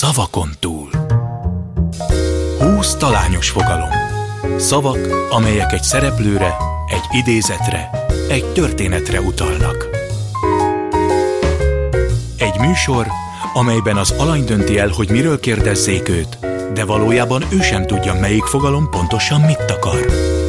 Szavakon túl. 20 talányos fogalom. Szavak, amelyek egy szereplőre, egy idézetre, egy történetre utalnak. Egy műsor, amelyben az alany dönti el, hogy miről kérdezzék őt, de valójában ő sem tudja, melyik fogalom pontosan mit akar.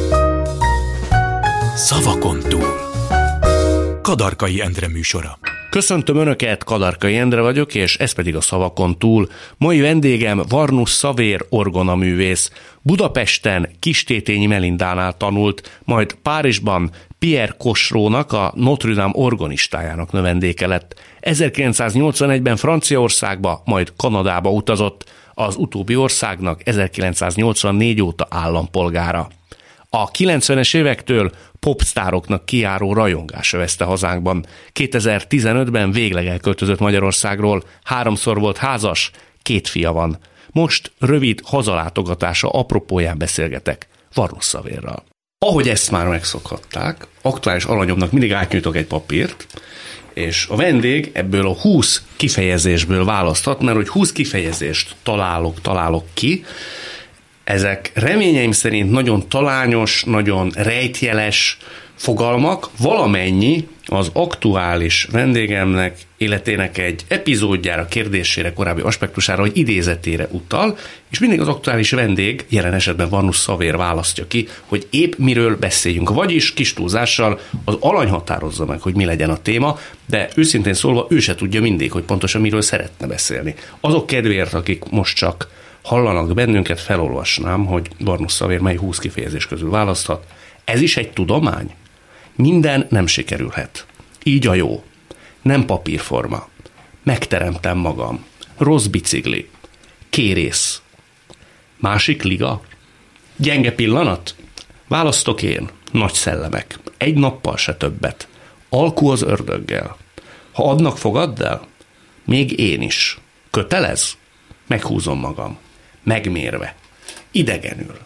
Szavakon túl. Kadarkai Endre műsora. Köszöntöm Önöket, Kadarkai Endre vagyok, és ez pedig a Szavakon túl. Mai vendégem Varnus Szavér orgonaművész. Budapesten Kistétényi Melindánál tanult, majd Párizsban Pierre Cochereaunak, a Notre Dame organistájának növendéke lett. 1981-ben Franciaországba, majd Kanadába utazott, az utóbbi országnak 1984 óta állampolgára. A 90-es évektől popsztároknak kijáró rajongás övezte hazánkban. 2015-ben végleg elköltözött Magyarországról, 3-szor volt házas, 2 fia van. Most rövid hazalátogatása apropóján beszélgetek Varnus Szavérral. Ahogy ezt már megszokhatták, aktuális alanyomnak mindig átnyújtok egy papírt, és a vendég ebből a 20 kifejezésből választhat, mert hogy 20 kifejezést találok ki. Ezek reményeim szerint nagyon talányos, nagyon rejtjeles fogalmak, valamennyi az aktuális vendégemnek életének egy epizódjára, kérdésére, korábbi aspektusára, vagy idézetére utal, és mindig az aktuális vendég, jelen esetben Varnus Szavér választja ki, hogy épp miről beszéljünk. Vagyis kis túlzással az alany határozza meg, hogy mi legyen a téma, de őszintén szólva ő se tudja mindig, hogy pontosan miről szeretne beszélni. Azok kedvéért, akik most csak hallanak bennünket, felolvasnám, hogy Varnus Szavér mely 20 kifejezés közül választhat. Ez is egy tudomány. Minden nem sikerülhet. Így a jó. Nem papírforma. Megteremtem magam. Rossz bicikli. Kérész. Másik liga. Gyenge pillanat? Választok én. Nagy szellemek. Egy nappal se többet. Alkú az ördöggel. Ha adnak, fogadd el? Még én is. Kötelez? Meghúzom magam. Megmérve. Idegenül.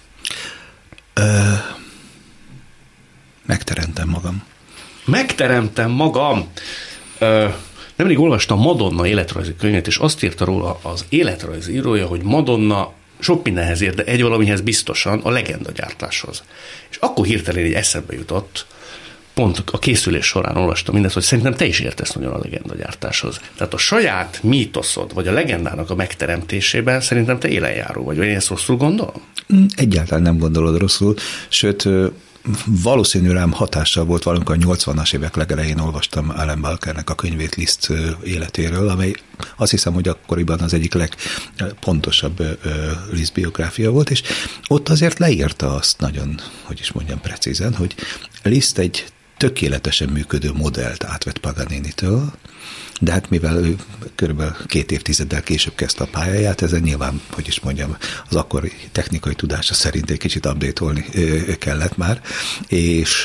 Megteremtem magam. Megteremtem magam. Nemrég olvastam Madonna életrajzi könyvét, és azt írta róla az életrajzi írója, hogy Madonna sok mindenhez ért, de egy valamihez biztosan, a legendagyártáshoz. És akkor hirtelen így eszembe jutott, pont a készülés során olvastam mindezt, hogy szerintem te is értesz nagyon a legendagyártáshoz. Tehát a saját mítoszod, vagy a legendának a megteremtésében szerintem te élenjáró vagy én ezt rosszul gondolom? Egyáltalán nem gondolod rosszul, sőt, valószínű rám hatással volt valamikor a 80-as évek legelején olvastam Alan Balkernek a könyvét Liszt életéről, amely azt hiszem, hogy akkoriban az egyik legpontosabb Liszt biográfia volt, és ott azért leírta azt nagyon, hogy is mondjam precízen, hogy Liszt egy tökéletesen működő modellt átvett Paganini-től, de hát mivel ő körülbelül 2 évtizeddel később kezdte a pályáját, ezen nyilván, hogy is mondjam, az akkori technikai tudása szerint egy kicsit update-olni kellett már, és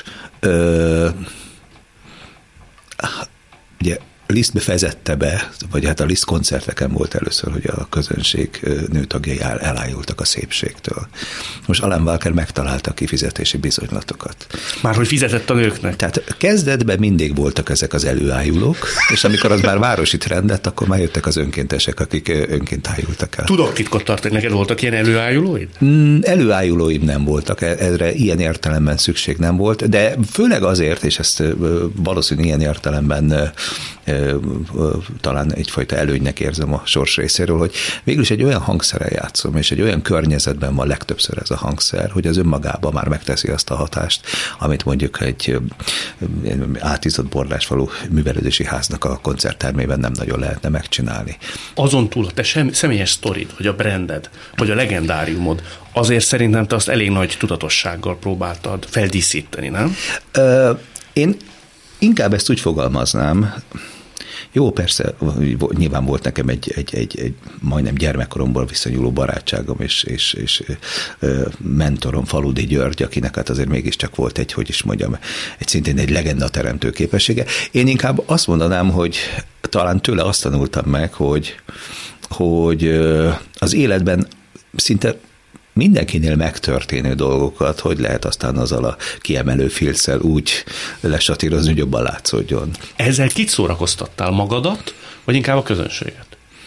ugye Lisztbe vezette be, vagy hát a Liszt koncerteken volt először, hogy a közönség nőtagjai elájultak a szépségtől. Most Alan Walker megtalálta a kifizetési bizonylatokat. Már hogy fizetett a nőknek? Tehát kezdetben mindig voltak ezek az előájulók, és amikor az már városi trend lett, akkor már jöttek az önkéntesek, akik önként ájultak el. Tudok titkot tartani, neked voltak ilyen előájulóid? Előájulóim nem voltak, erre ilyen értelemben szükség nem volt, de főleg azért, és ezt valószínűleg ilyen értelemben talán egyfajta előnynek érzem a sors részéről, hogy végülis egy olyan hangszerrel játszom, és egy olyan környezetben van legtöbbször ez a hangszer, hogy az önmagában már megteszi azt a hatást, amit mondjuk egy átízott bordásfalú művelődési háznak a koncerttermében nem nagyon lehetne megcsinálni. Azon túl a te személyes sztorid, vagy a branded, vagy a legendáriumod, azért szerintem te azt elég nagy tudatossággal próbáltad feldíszíteni, nem? Én inkább ezt úgy fogalmaznám, jó, persze, nyilván volt nekem egy majdnem gyermekkoromból visszanyúló barátságom, és mentorom Faludi György, akinek hát azért mégiscsak volt egy szintén egy legenda teremtő képessége. Én inkább azt mondanám, hogy talán tőle azt tanultam meg, hogy az életben szinte mindenkinél megtörténő dolgokat, hogy lehet aztán azzal a kiemelő filccel úgy lesatírozni, hogy jobban látszódjon. Ezzel kit szórakoztattál, magadat, vagy inkább a közönséget?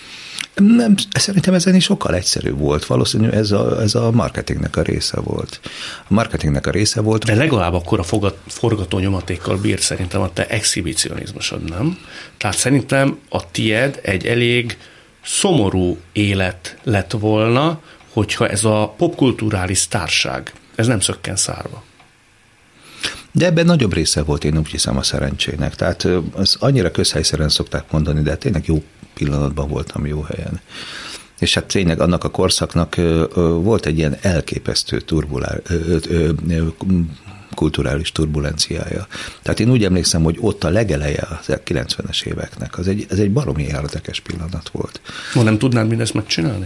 Nem, szerintem ezen is sokkal egyszerűbb volt. Valószínűleg ez a marketingnek a része volt. A marketingnek a része volt. De legalább akkor a forgatónyomatékkal bírt szerintem a te exhibicionizmusod, nem? Tehát szerintem a tied egy elég szomorú élet lett volna, hogyha ez a popkulturális sztárság, ez nem szökken szárba. De ebben nagyobb része volt, én úgy hiszem, a szerencsének. Tehát az annyira közhelyszerűen szokták mondani, de tényleg jó pillanatban voltam, jó helyen. És hát tényleg annak a korszaknak volt egy ilyen elképesztő kulturális turbulenciája. Tehát én úgy emlékszem, hogy ott a legeleje a 90-es éveknek. Ez egy baromi érdekes pillanat volt. Ma nem tudnád mindezt megcsinálni?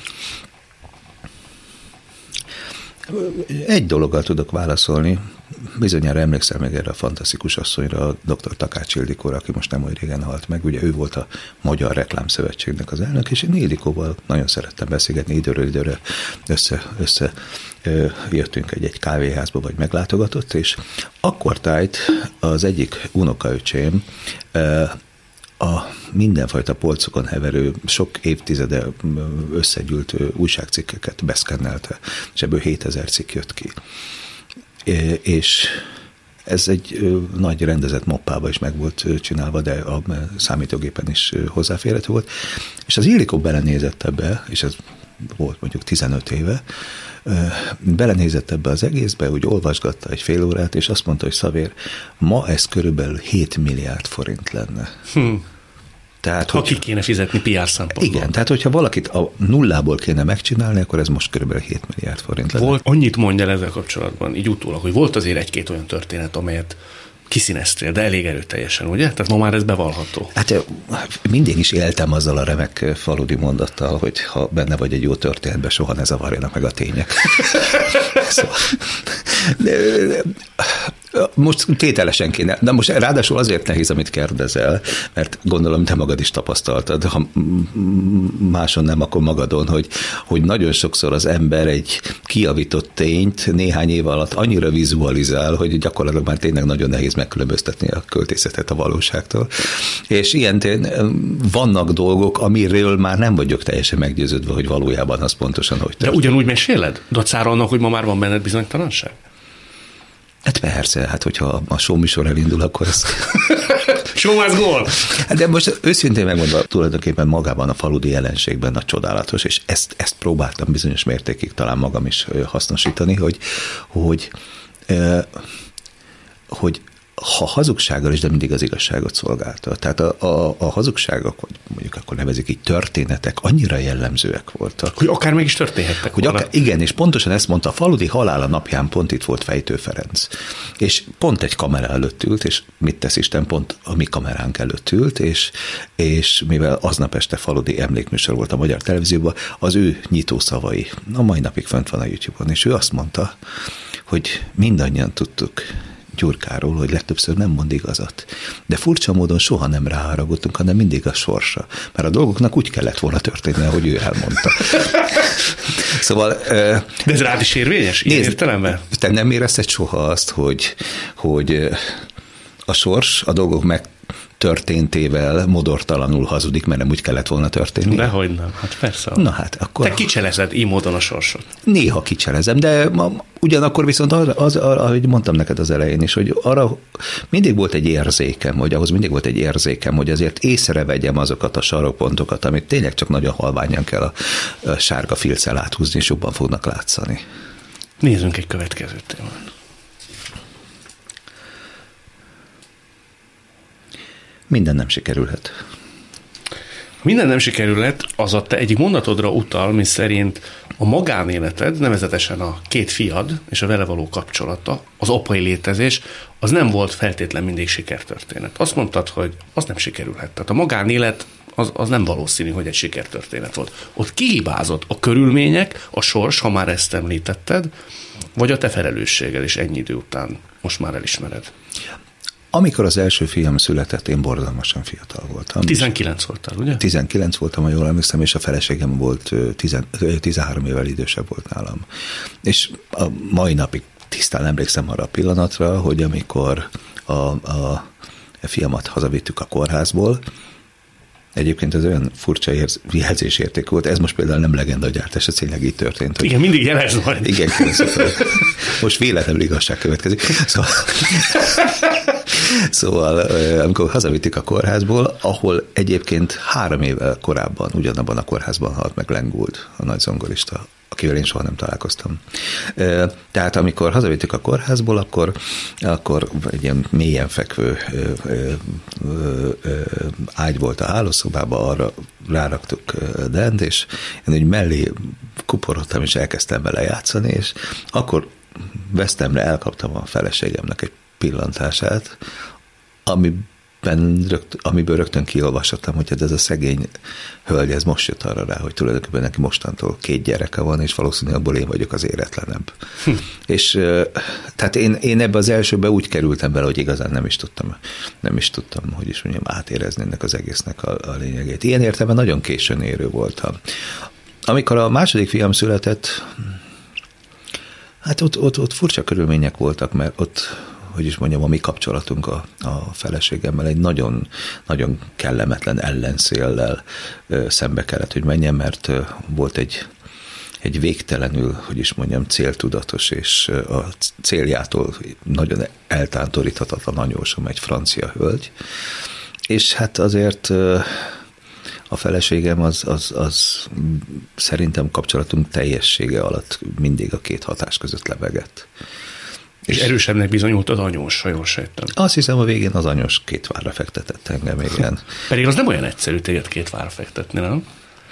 Egy dologgal tudok válaszolni. Bizonyára emlékszel meg erre a fantasztikus asszonyra, a dr. Takács Ildikóra, aki most nem olyan régen halt meg. Ugye ő volt a Magyar Reklámszövetségnek az elnök, és én Ildikóval nagyon szerettem beszélgetni, időről időre össze jöttünk egy kávéházba, vagy meglátogatott, és akkortájt az egyik unokaöcsém a mindenfajta polcokon heverő, sok évtizede összegyűlt újságcikkeket beszkennelte, és ebből 7000 cikk jött ki. És ez egy nagy rendezett moppába is meg volt csinálva, de a számítógépen is hozzáférhető volt. És az Ildikó belenézett ebbe, és ez volt mondjuk 15 éve, belenézett ebbe az egészbe, úgy olvasgatta egy fél órát, és azt mondta, hogy Szavér, ma ez körülbelül 7 milliárd forint lenne. Tehát, ha ki kéne fizetni PR szempontból. Igen, tehát hogyha valakit a nullából kéne megcsinálni, akkor ez most körülbelül 7 milliárd forint lenne. Volt, annyit mondj el ezzel kapcsolatban, így utólag, hogy volt azért egy-két olyan történet, amelyet kiszíneztél, de elég erőteljesen, ugye? Tehát ma már ez bevallható. Hát mindig is éltem azzal a remek faludi mondattal, hogy ha benne vagy egy jó történetben, soha ne zavarjanak meg a tények. Szóval, most tételesen kéne, de most ráadásul azért nehéz, amit kérdezel, mert gondolom te magad is tapasztaltad, ha máson nem, akkor magadon, hogy nagyon sokszor az ember egy kijavított tényt néhány év alatt annyira vizualizál, hogy gyakorlatilag már tényleg nagyon nehéz megkülönböztetni a költészetet a valóságtól. És ilyen vannak dolgok, amiről már nem vagyok teljesen meggyőződve, hogy valójában az pontosan hogy történt. De ugyanúgy meséled? Dacára annak, hogy ma már van benned bizonytalanság? Hát persze, hát hogyha a show műsor elindul, akkor ez... Show must go on! De most őszintén megmondva, tulajdonképpen magában a faludi jelenségben a csodálatos, és ezt próbáltam bizonyos mértékig talán magam is hasznosítani, hogy ha hazugsággal is, de mindig az igazságot szolgálta. Tehát a hazugságok, vagy mondjuk akkor nevezik így történetek, annyira jellemzőek voltak. Hogy akár meg is történhettek volna. Igen, és pontosan ezt mondta, a faludi halála napján pont itt volt Fejtő Ferenc. És pont egy kamera előtt ült, és mit tesz Isten, pont a mi kameránk előtt ült, és mivel aznap este faludi emlékműsor volt a Magyar Televízióban, az ő nyitószavai a mai napig fönt van a YouTube-on, és ő azt mondta, hogy mindannyian tudtuk Gyurkáról, hogy legtöbbször nem mond igazat. De furcsa módon soha nem ráharagudtunk, hanem mindig a sorsa. Mert a dolgoknak úgy kellett volna történni, ahogy ő elmondta. Szóval... De ez rád is érvényes? Ilyen értelemben? Te nem érezted soha azt, hogy a sors a dolgok megtörténtével modortalanul hazudik, mert nem úgy kellett volna történni? Dehogy nem, hát persze. Na hát, akkor... Te kicselezed így módon a sorsot. Néha kicselezem, de ugyanakkor viszont ahogy mondtam neked az elején is, hogy arra mindig volt egy érzékem, hogy azért észrevegyem azokat a sarokpontokat, amit tényleg csak nagyon halványan kell a sárga filccel áthúzni, és jobban fognak látszani. Nézzünk egy következő témát. Minden nem sikerülhet. Minden nem sikerülhet, az a te egyik mondatodra utal, mi szerint a magánéleted, nevezetesen a két fiad és a vele való kapcsolata, az apai létezés, az nem volt feltétlen mindig sikertörténet. Azt mondtad, hogy az nem sikerülhet. Tehát a magánélet az nem valószínű, hogy egy sikertörténet volt. Ott kihibázott a körülmények, a sors, ha már ezt említetted, vagy a te felelősséged is ennyi idő után most már elismered. Amikor az első fiam született, én borzalmasan fiatal voltam. 19 voltál, ugye? 19 voltam, ha jól emlékszem, és a feleségem volt 13 évvel idősebb volt nálam. És a mai napig tisztán emlékszem arra a pillanatra, hogy amikor a fiamat hazavittük a kórházból, Egyébként ez olyan furcsa jelzésérték volt, ez most például nem legendagyártás, ez tényleg így történt. Hogy... Igen, mindig jelez majd. Igen, most véletlenül igazság következik. Szóval amikor hazavittük a kórházból, ahol egyébként 3 évvel korábban ugyanabban a kórházban halt meg Glenn Gould, a nagy zongorista, akivel én soha nem találkoztam. Tehát amikor hazavittük a kórházból, akkor egy ilyen mélyen fekvő ágy volt a hálószobában, arra ráraktuk Dent, és én úgy mellé kuporodtam, és elkezdtem vele játszani, és akkor vesztemre elkaptam a feleségemnek egy pillantását, amiből rögtön kiolvasottam, hogy ez a szegény hölgy, ez most jött arra rá, hogy tulajdonképpen neki mostantól 2 gyereke van, és valószínűleg abból én vagyok az éretlenebb. És tehát én ebbe az elsőbe úgy kerültem bele, hogy igazán nem is tudtam, hogy is mondjam, átérezni ennek az egésznek a lényegét. Ilyen értelemben nagyon későn érő voltam. Amikor a második fiam született, hát ott furcsa körülmények voltak, mert ott, hogy is mondjam, a mi kapcsolatunk a feleségemmel egy nagyon, nagyon kellemetlen ellenszéllel szembe kellett, hogy menjen, mert volt egy végtelenül, hogy is mondjam, céltudatos, és a céljától nagyon eltántoríthatatlan anyósom, egy francia hölgy. És hát azért a feleségem az szerintem kapcsolatunk teljessége alatt mindig a 2 hatás között lebegett. És erősebbnek bizonyult az anyós, ha jól sejtem. Azt hiszem, a végén az anyós 2 várra fektetett engem, igen. Pedig az nem olyan egyszerű téged 2 várra fektetni, nem?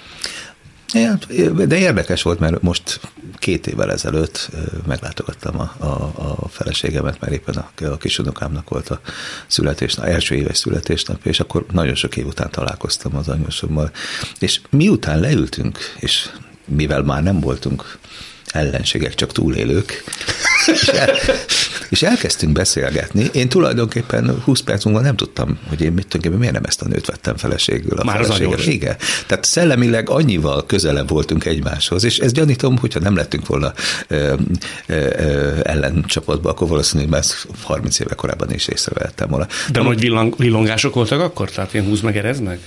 De érdekes volt, mert most 2 évvel ezelőtt meglátogattam a feleségemet, mert éppen a kisunokámnak volt a első éves születésnap, és akkor nagyon sok év után találkoztam az anyósommal. És miután leültünk, és mivel már nem voltunk ellenségek, csak túlélők, és elkezdtünk beszélgetni. Én tulajdonképpen 20 perc múlva nem tudtam, hogy én miért nem ezt a nőt vettem feleségül. Már az anyós. Igen. Tehát szellemileg annyival közelebb voltunk egymáshoz, és ezt gyanítom, hogyha nem lettünk volna ellencsapatban, akkor valószínűleg már 30 éve korábban is észrevettem volna. De nagy villongások voltak akkor? Tehát én húz meg, erezd meg?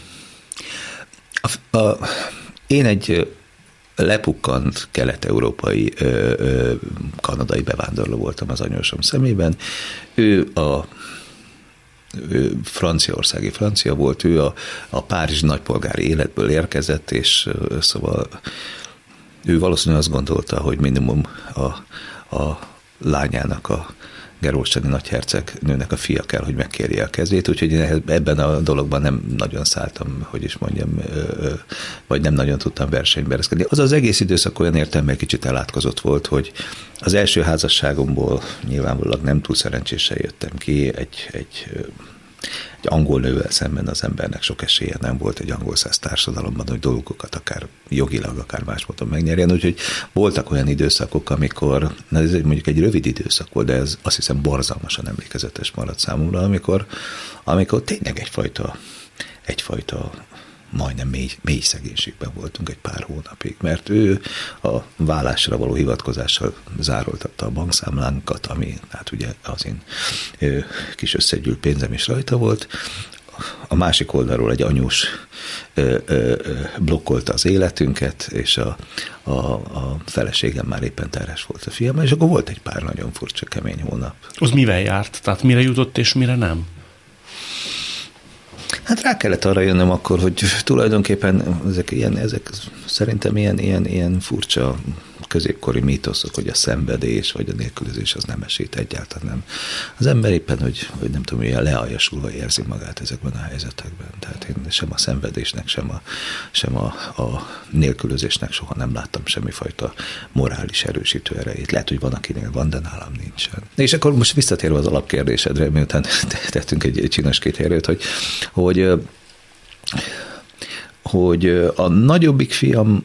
Én egy lepukkant kelet-európai kanadai bevándorló voltam az anyósom szemében. Ő franciaországi francia volt, ő a párizsi nagypolgári életből érkezett, és szóval ő valószínűleg azt gondolta, hogy minimum a lányának, a Geroldsteini nagyherceg nőnek a fia kell, hogy megkérje a kezét, úgyhogy én ebben a dologban nem nagyon szálltam, hogy is mondjam, vagy nem nagyon tudtam versenybe ereszkedni. Az egész időszak olyan értelemben kicsit elátkozott volt, hogy az első házasságomból nyilvánvalóan nem túl szerencsésen jöttem ki, egy angol nővel szemben az embernek sok esélye nem volt egy angol száz társadalomban, hogy dolgokat akár jogilag, akár más módon megnyerjen, úgyhogy voltak olyan időszakok, amikor, ez mondjuk egy rövid időszak volt, de ez azt hiszem borzalmasan emlékezetes maradt számomra, amikor tényleg egyfajta majdnem mély szegénységben voltunk egy pár hónapig, mert ő a vállásra való hivatkozással zároltatta a bankszámlánkat, ami hát ugye az én kis összegyűlt pénzem is rajta volt. A másik oldalról egy anyós blokkolta az életünket, és a feleségem már éppen terhes volt a fiam, és akkor volt egy pár nagyon furcsa, kemény hónap. Az mivel járt? Tehát mire jutott és mire nem? Hát rá kellett arra jönnöm akkor, hogy tulajdonképpen ezek szerintem ilyen furcsa középkori mítoszok, hogy a szenvedés vagy a nélkülözés az nem esít egyáltalán nem. Az ember éppen, hogy nem tudom, ilyen lealjasulva érzi magát ezekben a helyzetekben. Tehát én sem a szenvedésnek, sem a nélkülözésnek soha nem láttam semmifajta morális erősítő erejét. Lehet, hogy van, akinél van, de nálam nincsen. És akkor most visszatérve az alapkérdésedre, miután tettünk egy csinos kitérőt, hogy a nagyobbik fiam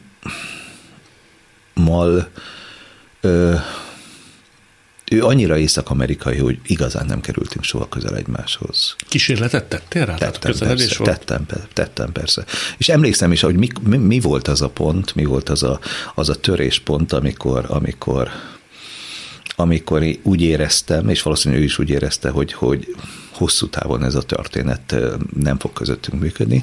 ő annyira észak-amerikai, hogy igazán nem kerültünk soha közel egymáshoz. Kísérletet tettél rá? Tettem persze. És emlékszem is, hogy mi volt az a pont, mi volt az a töréspont, amikor úgy éreztem, és valószínűleg ő is úgy érezte, hosszú távon ez a történet nem fog közöttünk működni.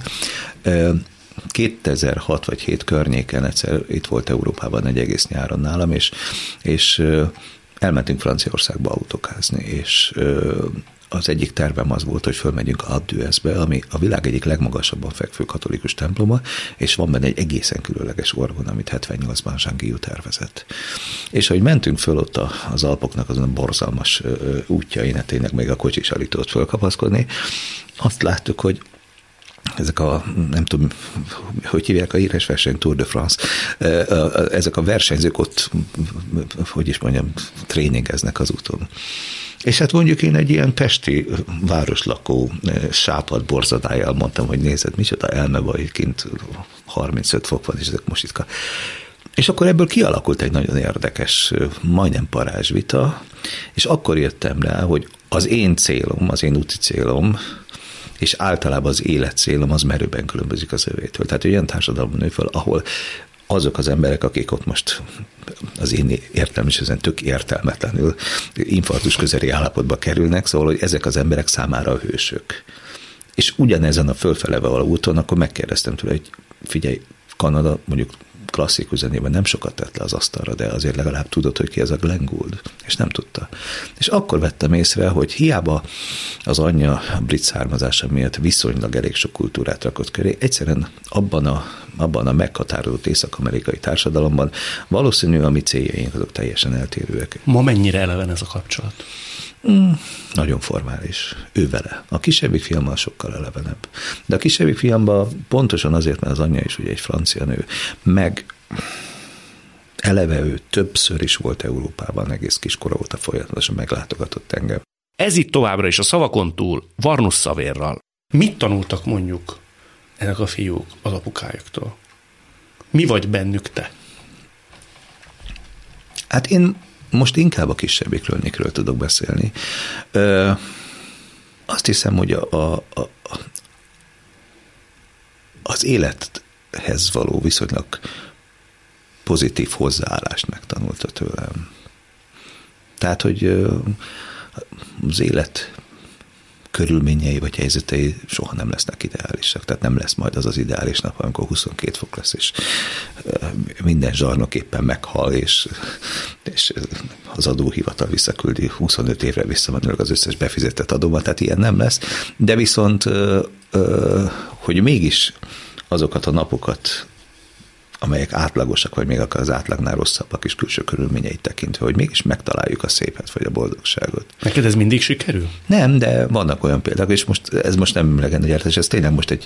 2006 vagy 7 környéken egyszer itt volt Európában egy egész nyáron nálam, és elmentünk Franciaországba autókázni, és az egyik tervem az volt, hogy fölmegyünk a Alpe d'Huezbe, ami a világ egyik legmagasabban fekvő katolikus temploma, és van benne egy egészen különleges orgona, amit 78-ban Jean Guillou tervezett. És ahogy mentünk föl ott az Alpoknak azon a borzalmas útjain, tényleg még a kocsi is alig tudott fölkapaszkodni, azt láttuk, hogy ezek a, nem tudom, hogy hívják a híres verseny, Tour de France, ezek a versenyzők ott, hogy is mondjam, tréningeznek az úton. És hát mondjuk én egy ilyen pesti városlakó sápad borzadájjal mondtam, hogy nézed, micsoda elmebaj, kint 35 fok van, és ezek most itt. És akkor ebből kialakult egy nagyon érdekes, majdnem parázsvita, és akkor jöttem rá, hogy az én célom, az én úti célom, és általában az életcélom az merőben különbözik az övétől. Tehát olyan társadalom nő fel, ahol azok az emberek, akik ott most az én értelmesen tök értelmetlenül infarktus közeli állapotba kerülnek, szóval, hogy ezek az emberek számára a hősök. És ugyanezen a fölfele való úton, akkor megkérdeztem tőle, hogy figyelj, Kanada mondjuk klasszikus zenében nem sokat tett le az asztalra, de azért legalább tudod, hogy ki ez a Glenn Gould, és nem tudta. És akkor vettem észre, hogy hiába az anyja brit származása miatt viszonylag elég sok kultúrát rakott köré, egyszerűen abban a meghatározott észak-amerikai társadalomban valószínű a mi céljaink azok teljesen eltérőek. Ma mennyire eleven ez a kapcsolat? Nagyon formális. Ő vele. A kisebbik fiammal sokkal elevenebb. De a kisebbik fiamban pontosan azért, mert az anyja is ugye egy francia nő, meg eleve ő többször is volt Európában, egész kiskora óta folyamatosan meglátogatott engem. Ez itt továbbra is a szavakon túl Varnus Xavérral. Mit tanultak mondjuk ezek a fiúk az apukájuktól? Mi vagy bennük te? Hát én most inkább a kisebbikről, Nikről tudok beszélni. Azt hiszem, hogy az élethez való viszonylag pozitív hozzáállást megtanulta tőlem. Tehát, hogy az élet körülményei vagy helyzetei soha nem lesznek ideálisak. Tehát nem lesz majd az az ideális nap, amikor 22 fok lesz, és minden zsarnok éppen meghal, és az adóhivatal visszaküldi 25 évre visszamenőleg az összes befizetett adómat, tehát ilyen nem lesz. De viszont, hogy mégis azokat a napokat, amelyek átlagosak, vagy még akár az átlagnál rosszabbak is külső körülményeit tekintve, hogy mégis megtaláljuk a szépet, vagy a boldogságot. Neked ez mindig sikerül? Nem, de vannak olyan példák, és ez most nem legendagyártás, ez tényleg most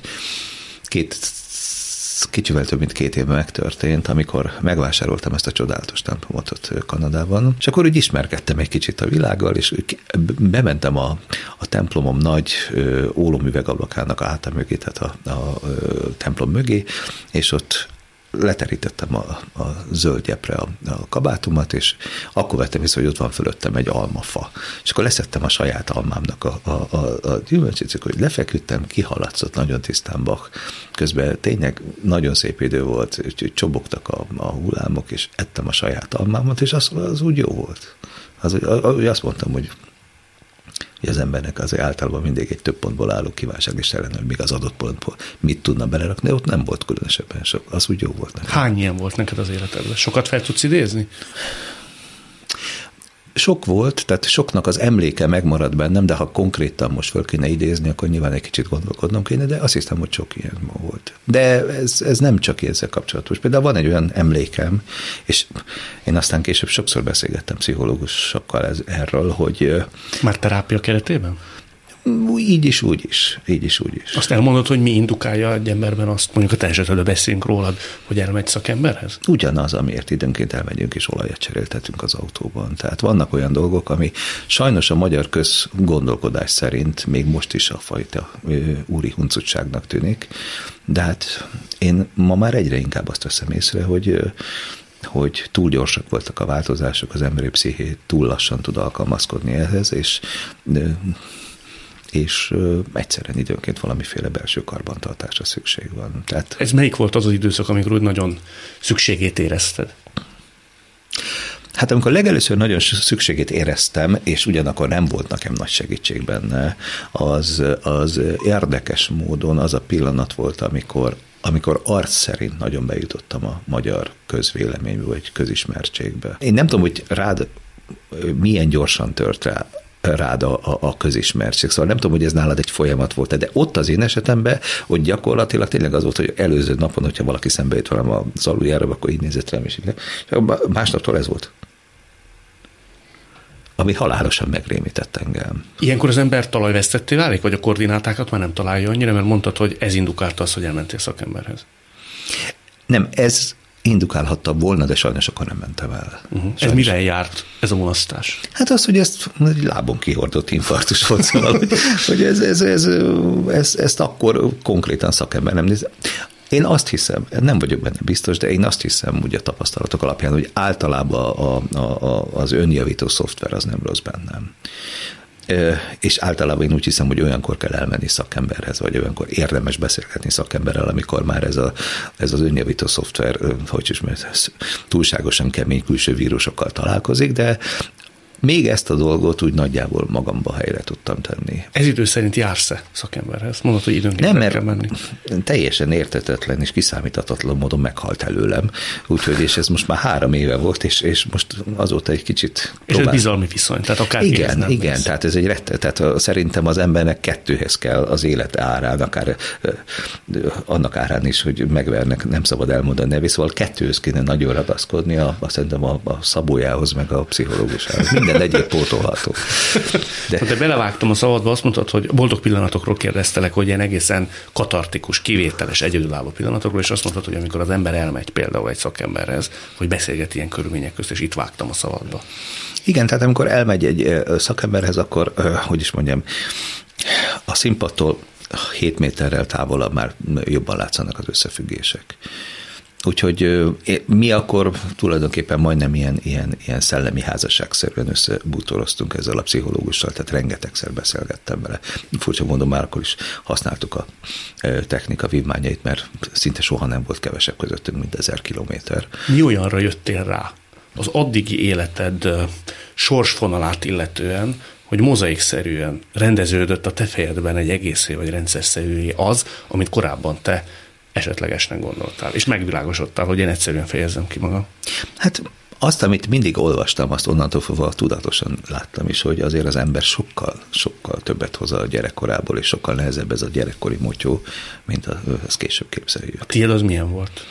kicsivel több mint 2 évben megtörtént, amikor megvásároltam ezt a csodálatos templomot ott Kanadában, és akkor úgy ismerkedtem egy kicsit a világgal, és bementem a templomom nagy ólomüvegablakának a háta mögé, tehát a templom mögé, és ott leterítettem a zöld gyepre a kabátomat, és akkor vettem észre, hogy ott van fölöttem egy almafa. És akkor leszettem a saját almámnak a gyümölcsét, hogy lefeküdtem, kihaladszott nagyon tisztán Bach. Közben tényleg nagyon szép idő volt, csobogtak a hullámok, és ettem a saját almámat, és az úgy jó volt. Azt mondtam, hogy az embernek azért általában mindig egy több pontból álló kívánság is ellen, hogy még az adott pontból mit tudna belerakni, ott nem volt különösebben sok, az úgy jó volt nekem. Hány ilyen volt neked az életedben? Sokat fel tudsz idézni? Sok volt, tehát soknak az emléke megmaradt bennem, de ha konkrétan most fel kéne idézni, akkor nyilván egy kicsit gondolkodnom kéne, de azt hiszem, hogy sok ilyen volt. De ez nem csak ezzel kapcsolatos. Például van egy olyan emlékem, és én aztán később sokszor beszélgettem pszichológusokkal erről, hogy... Már terápia keretében? Így is, úgy is. Azt elmondod, hogy mi indukálja egy emberben azt, mondjuk a te esetedben beszélünk rólad, hogy elmegy szakemberhez? Ugyanaz, amiért időnként elmegyünk és olajat cseréltetünk az autóban. Tehát vannak olyan dolgok, ami sajnos a magyar közgondolkodás szerint még most is a fajta úri huncutságnak tűnik, de hát én ma már egyre inkább azt veszem észre, hogy túl gyorsak voltak a változások, az emberi psziché túl lassan tud alkalmazkodni ehhez, és egyszerűen időnként valamiféle belső karbantartásra szükség van. Tehát, ez melyik volt az időszak, amikor úgy nagyon szükségét érezted? Hát amikor legelőször nagyon szükségét éreztem, és ugyanakkor nem volt nekem nagy segítség benne, az érdekes módon az a pillanat volt, amikor arc szerint nagyon bejutottam a magyar közvéleménybe, vagy közismertségbe. Én nem tudom, hogy rád milyen gyorsan tört rád a közismertség. Szóval nem tudom, hogy ez nálad egy folyamat volt, de ott az én esetemben, hogy gyakorlatilag tényleg az volt, hogy előző napon, hogyha valaki szembe jött velem az aluljáróba, akkor így nézett rám, és másnaptól ez volt. Ami halálosan megrémített engem. Ilyenkor az ember talajvesztetté válik, vagy a koordinátákat már nem találja annyira, mert mondtad, hogy ez indukálta azt, hogy elmentél szakemberhez. Nem, ez indukálhatta volna, de sajnos akkor nem mentem el. Ez mivel járt, ez a mulasztás? Hát az, hogy ezt egy lábon kihordott infarktus volt, szóval, hogy ezt akkor konkrétan szakember nem néz. Én azt hiszem, nem vagyok benne biztos, de én azt hiszem, ugye a tapasztalatok alapján, hogy általában az önjavító szoftver az nem rossz bennem. És általában én úgy hiszem, hogy olyankor kell elmenni szakemberhez, vagy olyankor érdemes beszélgetni szakemberrel, amikor már ez az önjavító szoftver, hogy is mert túlságosan kemény külső vírusokkal találkozik, de még ezt a dolgot úgy nagyjából magamba helyre tudtam tenni. Ez idő szerint jársz-e szakemberhez? Mondod, hogy időnként nem, kell menni. Teljesen érthetetlen és kiszámíthatatlan módon meghalt előlem. Úgyhogy, és ez most már 3 éve volt, és most azóta egy kicsit és ez bizalmi viszony, tehát akár igen, tehát ez egy tehát szerintem az embernek 2-hez kell az élet árán, akár annak árán is, hogy megvernek, nem szabad elmondani nevét, szóval 2-höz kéne nagyon ragaszkodni, szerintem a szabójához, meg a pszichológusához. Minden egyéb pótolható. De belevágtam a szabadba, azt mondtad, hogy boldog pillanatokról kérdeztelek, hogy ilyen egészen katartikus, kivételes, egyedülálló pillanatokról, és azt mondtad, hogy amikor az ember elmegy például egy szakemberhez, hogy beszélget ilyen körülmények közt, és itt vágtam a szabadba. Igen, tehát amikor elmegy egy szakemberhez, akkor, hogy is mondjam, a színpadtól 7 méterrel távolabb már jobban látszanak az összefüggések. Úgyhogy mi akkor tulajdonképpen majdnem ilyen szellemi házasságszerűen összebútoroztunk ezzel a pszichológussal, tehát rengetegszer beszélgettem vele. Furcsa módon már akkor is használtuk a technika vívmányait, mert szinte soha nem volt kevesebb közöttünk, mint 1000 kilométer. Mi olyanra jöttél rá az addigi életed sorsvonalát illetően, hogy mozaikszerűen rendeződött a te fejedben egy egészé vagy rendszerszerűé az, amit korábban te esetlegesnek gondoltál, és megvilágosodtál, hogy én egyszerűen fejezzem ki magam? Hát azt, amit mindig olvastam, azt onnantól fogva tudatosan láttam is, hogy azért az ember sokkal többet hoz a gyerekkorából, és sokkal nehezebb ez a gyerekkori motyó, mint ezt később képzeljük. A tiéd az milyen volt?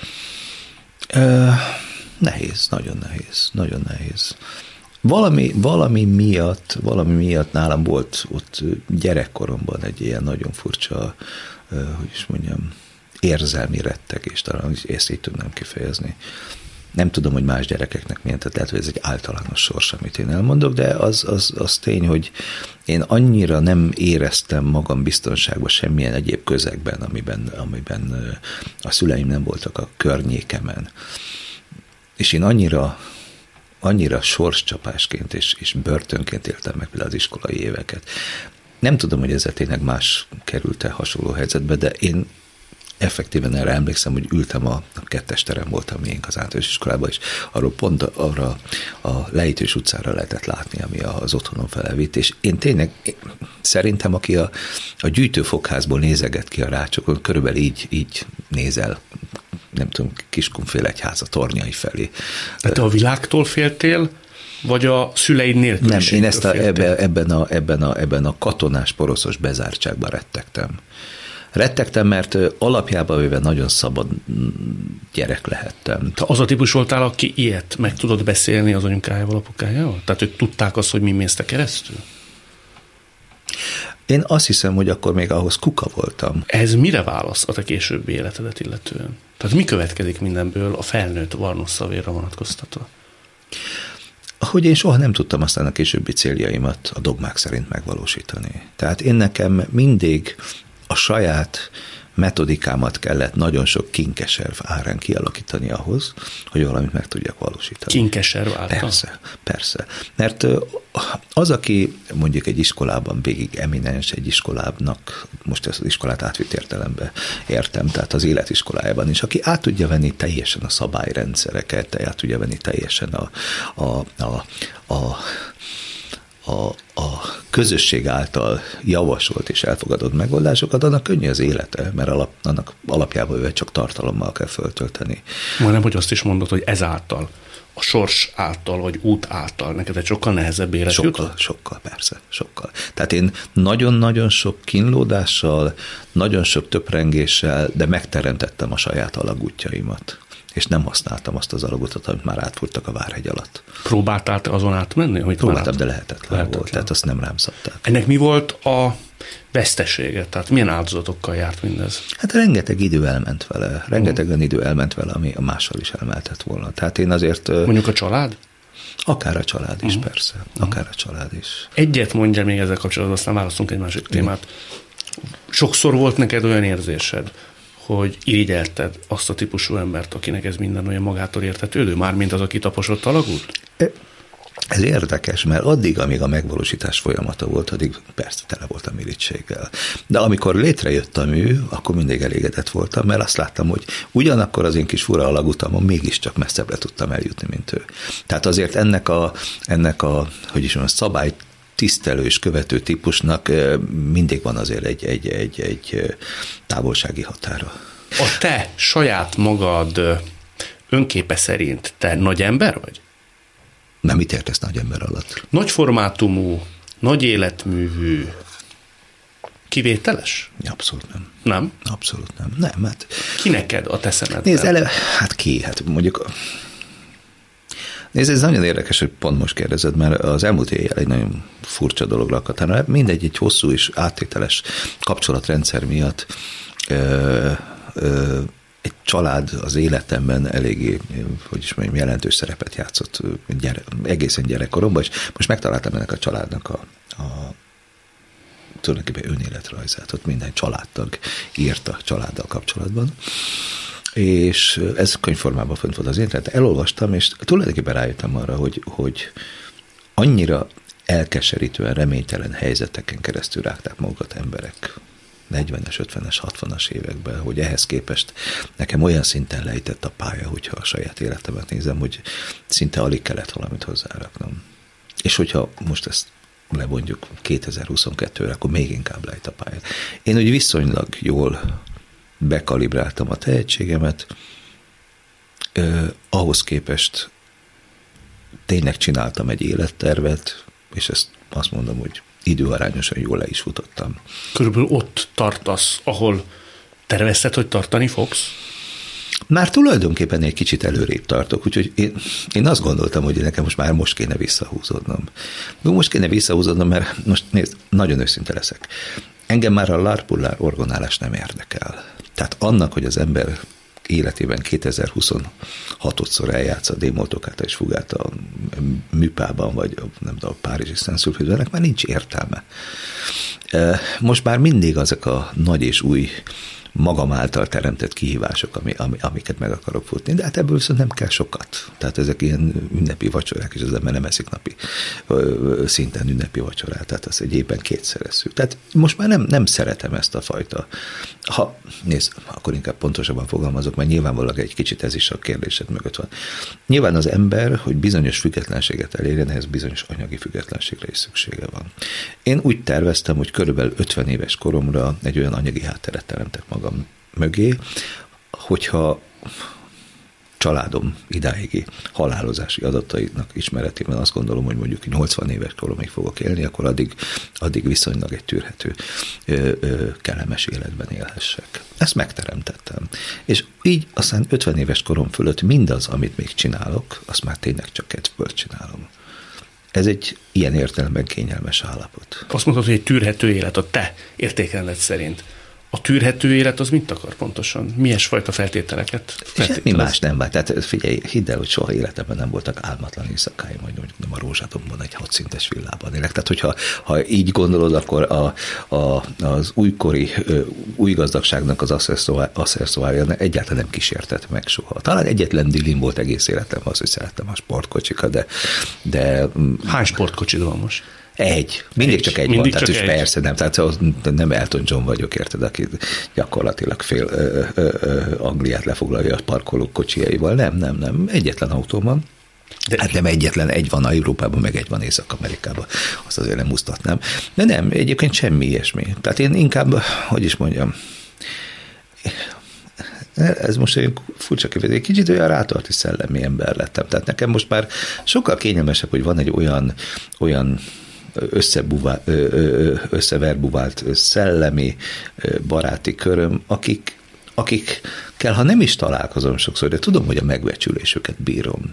Nehéz, nagyon nehéz. Valami miatt nálam volt ott gyerekkoromban egy ilyen nagyon furcsa, hogy is mondjam, érzelmi rettegés, talán ezt így tudnám kifejezni. Nem tudom, hogy más gyerekeknek milyen, tehát lehet, hogy ez egy általános sors, amit én elmondok, de az tény, hogy én annyira nem éreztem magam biztonságban semmilyen egyéb közegben, amiben a szüleim nem voltak a környékemen. És én annyira sorscsapásként és börtönként éltem meg például az iskolai éveket. Nem tudom, hogy ezzel tényleg más került-e hasonló helyzetbe, de én effektíven erre emlékszem, hogy ültem a 2-es terem volt, miénk az általános iskolában, és arról pont arra a Lejtős utcára lehetett látni, ami az otthonom felelvitt, és én tényleg szerintem, aki a gyűjtőfogházból nézeget ki a rácsokon, körülbelül így nézel, nem tudom, Kiskunfélegyháza tornyai felé. De te a világtól féltél, vagy a szüleid nélküliségtől? Nem, én ezt ebben a katonás, poroszos bezártságban rettegtem, mert alapjában véve nagyon szabad gyerek lehettem. Te az a típus voltál, aki ilyet meg tudod beszélni az anyukájával, apukájával? Tehát ők tudták azt, hogy mi mész te keresztül? Én azt hiszem, hogy akkor még ahhoz kuka voltam. Ez mire válasz a te későbbi életedet illetően? Tehát mi következik mindenből a felnőtt Varnusz Szavérra vonatkoztatva? Hogy én soha nem tudtam aztán a későbbi céljaimat a dogmák szerint megvalósítani. Tehát én nekem mindig a saját metodikámat kellett nagyon sok kinkeserv árán kialakítani ahhoz, hogy valamit meg tudjak valósítani. Kinkeserv által? Persze. Mert az, aki mondjuk egy iskolában végig eminens, egy iskolának, most ezt az iskolát átvitt értelembe értem, tehát az életiskolájában is, aki át tudja venni teljesen a szabályrendszereket, át tudja venni teljesen a közösség által javasolt és elfogadott megoldásokat, annak könnyű az élete, mert annak alapjában csak tartalommal kell föltölteni. Majdnem, hogy azt is mondod, hogy ezáltal, a sors által, vagy út által neked egy sokkal nehezebb élet jutott? Sokkal, persze, sokkal. Tehát én nagyon-nagyon sok kínlódással, nagyon sok töprengéssel, de megteremtettem a saját alagútjaimat. És nem használtam azt az alagutat, amit már átfuttak a Várhegy alatt. Próbáltál te azon átmenni? Próbáltam, de lehetetlen volt, tehát azt nem rám szabták. Ennek mi volt a vesztesége? Tehát milyen áldozatokkal járt mindez? Hát rengeteg idő elment vele. Rengeteg olyan idő elment vele, ami a mással is elmeltett volna. Tehát én azért... Mondjuk a család? Akár a család is, persze. Akár a család is. Egyet mondja még ezzel kapcsolatban, aztán választunk egy másik témát. Sokszor volt neked olyan érzésed, hogy irigyelted azt a típusú embert, akinek ez minden olyan magától értetődő, mármint az, aki taposott alagút? Ez érdekes, mert addig, amíg a megvalósítás folyamata volt, addig persze tele voltam irigységgel. De amikor létrejött a mű, akkor mindig elégedett voltam, mert azt láttam, hogy ugyanakkor az én kis fura alagutamon mégiscsak messzebbre tudtam eljutni, mint ő. Tehát azért ennek a hogy is mondjam, szabály tisztelő és követő típusnak mindig van azért egy távolsági határa. A te saját magad önképe szerint te nagy ember vagy? Nem, mit értesz nagy ember alatt? Nagy formátumú, nagy életművű, kivételes? Abszolút nem. Nem? Abszolút nem. Nem, hát... Ki neked a te szemedben? Nézd, hát mondjuk... Nézd, ez nagyon érdekes, hogy pont most kérdezed, mert az elmúlt éjjel egy nagyon furcsa dolog lakott. Mindegy, egy hosszú és áttételes kapcsolatrendszer miatt egy család az életemben eléggé, hogy is mondjam, jelentős szerepet játszott egészen gyerekkoromban, és most megtaláltam ennek a családnak a tulajdonképpen önéletrajzát, ott minden családtag írta családdal kapcsolatban, és ez könyvformában fönt volt az internet, elolvastam, és tulajdonképpen rájöttem arra, hogy annyira elkeserítően reménytelen helyzeteken keresztül rágták magukat emberek 40-es, 50-es, 60-as években, hogy ehhez képest nekem olyan szinten lejtett a pálya, hogyha a saját életemet nézem, hogy szinte alig kellett valamit hozzáraknom. És hogyha most ezt lebondjuk 2022-re, akkor még inkább lejt a pálya. Én úgy viszonylag jól bekalibráltam a tehetségemet, ahhoz képest tényleg csináltam egy élettervet, és ezt azt mondom, hogy időarányosan jól le is futottam. Körülbelül ott tartasz, ahol tervezted, hogy tartani fogsz? Már tulajdonképpen egy kicsit előrébb tartok, úgyhogy én azt gondoltam, hogy nekem most kéne visszahúzódnom. Most kéne visszahúzódnom, mert most nézd, nagyon őszinte leszek. Engem már a lárpullár orgonálás nem érdekel. Tehát annak, hogy az ember életében 2026-szor eljátsz a D-moll toccata és fugát a műpában, vagy nem tudom, a párizsi Szent-Szulfildben, ennek már nincs értelme. Most már mindig azok a nagy és új magam által teremtett kihívások, amiket meg akarok futni, de hát ebből viszont nem kell sokat. Tehát ezek ilyen ünnepi vacsorák, és az ember nem eszik napi szinten ünnepi vacsorát, tehát az egy évben kétszer eszünk. Tehát most már nem szeretem ezt a fajta. Nézd, akkor inkább pontosabban fogalmazok, mert nyilvánvalóan egy kicsit ez is a kérdésed mögött van. Nyilván az ember, hogy bizonyos függetlenséget elérjen, ehhez bizonyos anyagi függetlenségre is szüksége van. Én úgy terveztem, hogy körülbelül 50 éves koromra egy olyan anyagi hátteret teremtek magam mögé, hogyha családom idáigi halálozási adatainak ismeretében azt gondolom, hogy mondjuk 80 éves koromig fogok élni, akkor addig viszonylag egy tűrhető, kellemes életben élhessek. Ezt megteremtettem. És így aztán 50 éves korom fölött mindaz, amit még csinálok, azt már tényleg csak kedvből csinálom. Ez egy ilyen értelemben kényelmes állapot. Azt mondod, hogy egy tűrhető élet a te értékrendet szerint. A tűrhető élet az mit akar pontosan? Milyen fajta feltételeket? Semmi más nem vált. Tehát figyelj, hidd el, hogy soha életemben nem voltak álmatlan éjszakáim, vagy nem a Rózsadombon egy 6 szintes villában élek. Tehát, ha így gondolod, akkor az újkori új gazdagságnak az asszesszóárja egyáltalán nem kísértett meg soha. Talán egyetlen dilim volt egész életemben az, hogy szerettem a sportkocsikat, de hány sportkocsid van most? Mindig csak egy van, tehát persze nem, tehát nem Elton John vagyok, érted, aki gyakorlatilag fél Angliát lefoglalja a parkolók kocsiaival, nem, egyetlen autóm van. Hát nem egyetlen, egy van Európában, meg egy van Észak-Amerikában, azt azért nem musztatnám. De nem, egyébként semmi ilyesmi. Tehát én inkább, hogy is mondjam, ez most egy furcsa kifejezés, egy kicsit olyan rátarti szellemi ember lettem. Tehát nekem most már sokkal kényelmesebb, hogy van egy olyan összeverbuvált szellemi baráti köröm, akikkel, ha nem is találkozom sokszor, de tudom, hogy a megbecsülésüket bírom.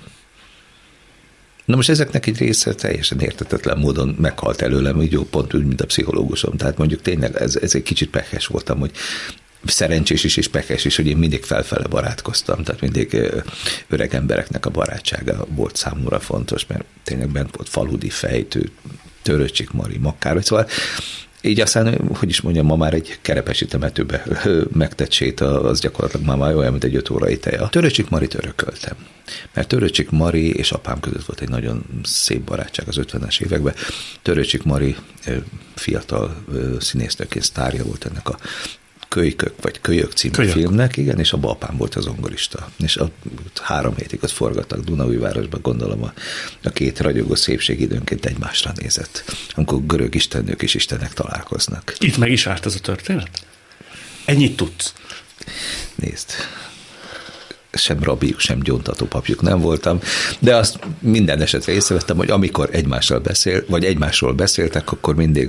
Na most ezeknek egy része teljesen értetetlen módon meghalt előlem, így jó pont úgy, mint a pszichológusom. Tehát mondjuk tényleg ez egy kicsit pehes voltam, hogy szerencsés is és pekes is, hogy én mindig felfele barátkoztam, tehát mindig öreg embereknek a barátsága volt számomra fontos, mert tényleg bent volt Faludi Fejtő, Töröcsik Mari, Makkároly, szóval így aztán, hogy is mondjam, ma már egy kerepesi temetőbe megtett séta, az gyakorlatilag már olyan, mint egy 5 órai teja. Töröcsik Marit örököltem, mert Töröcsik Mari és apám között volt egy nagyon szép barátság az 50-es években. Töröcsik Mari fiatal színésznőként sztárja volt ennek a Kölykök, vagy Kölyök című filmnek, igen, és abban apám volt az zongorista. És 3 hétig ott forgattak Dunaújvárosban, gondolom a két ragyogó szépség időnként egymásra nézett, amikor görög istennők és istenek találkoznak. Itt meg is állt ez a történet? Ennyit tudsz? Nézd, sem rabiuk, sem gyóntató papjuk nem voltam, de azt minden esetre észrevettem, hogy amikor egymásról beszéltek, akkor mindig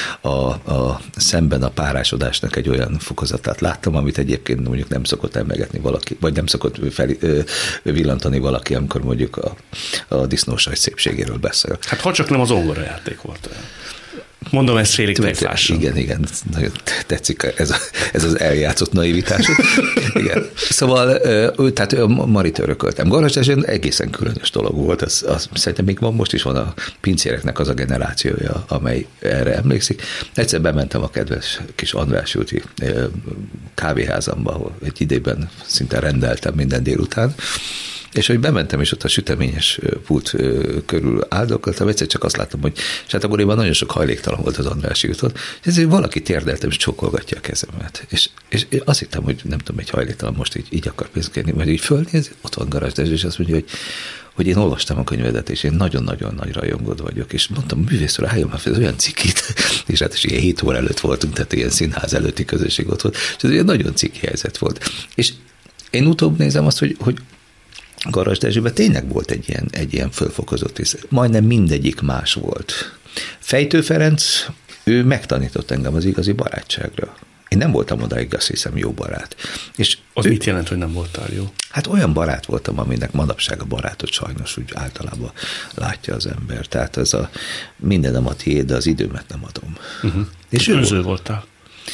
a szemben a párásodásnak egy olyan fokozatát láttam, amit egyébként mondjuk nem szokott emlegetni valaki, vagy nem szokott villantani valaki, amikor mondjuk a disznósajt szépségéről beszél. Hát ha csak nem az zongorajáték volt olyan. Mondom ezt félig tréfással. Igen, nagyon tetszik ez az eljátszott naivitásod. Igen. Szóval, tehát Marit örököltem. Garas Erzsén egészen különös dolog volt. Az szerintem még most is van a pincéreknek az a generációja, amely erre emlékszik. Egyszer bementem a kedves kis András úti kávéházamba, ahol egy időben szinte rendeltem minden délután, és hogy bementem, és ott a süteményes pult körül áldokoltam, egyszer csak azt láttam, hogy hát akkoriban nagyon sok hajléktalan volt az Andrássy úton, és ezért valaki térdeltem, és csókolgatja a kezemet. És azt hittem, hogy nem tudom, egy hajléktalan most így akar pénzt kérni, majd így fölnéz, ott van Garázs Dezső, és azt mondja, hogy én olvastam a könyvedet, és én nagyon-nagyon nagy rajongód vagyok, és mondtam, művész úr, álljon már fel, ez olyan cikit, és hát ilyen 7 óra előtt voltunk, tehát ilyen színház előtti közösség ott volt, és ez egy nagyon ciki helyzet volt. És én utóbb nézem azt, hogy Garas Dezsőben tényleg volt egy ilyen fölfokozott rész. Majdnem mindegyik más volt. Fejtő Ferenc, ő megtanított engem az igazi barátságra. Én nem voltam odáig, azt hiszem, jó barát. És az mit jelent, hogy nem voltál jó? Hát olyan barát voltam, aminek manapság a barátot sajnos úgy általában látja az ember. Tehát ez a mindenem a tiéd, de az időmet nem adom. Uh-huh. És önző voltál?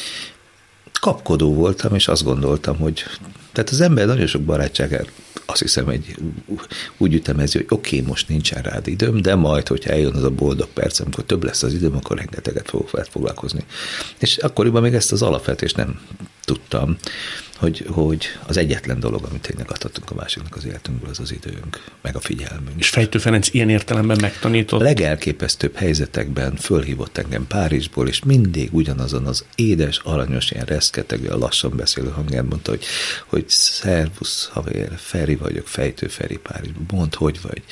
Kapkodó voltam, és azt gondoltam, hogy tehát az ember nagyon sok barátságát azt hiszem úgy ütemezi, hogy oké, most nincsen rád időm, de majd, hogyha eljön az a boldog perc, amikor több lesz az időm, akkor rengeteget fogok veled foglalkozni. És akkoriban még ezt az alapvetést nem tudtam, hogy az egyetlen dolog, amit tényleg adhatunk a másiknak az életünkből, az az időnk, meg a figyelmünk. És Fejtő Ferenc ilyen értelemben megtanított? A legelképesztőbb helyzetekben fölhívott engem Párizsból, és mindig ugyanazon az édes, aranyos, ilyen reszketegő, a lassan beszélő hangján mondta, hogy szervusz, haver, Feri vagyok, Fejtő Feri Párizsban, mondd, hogy vagy.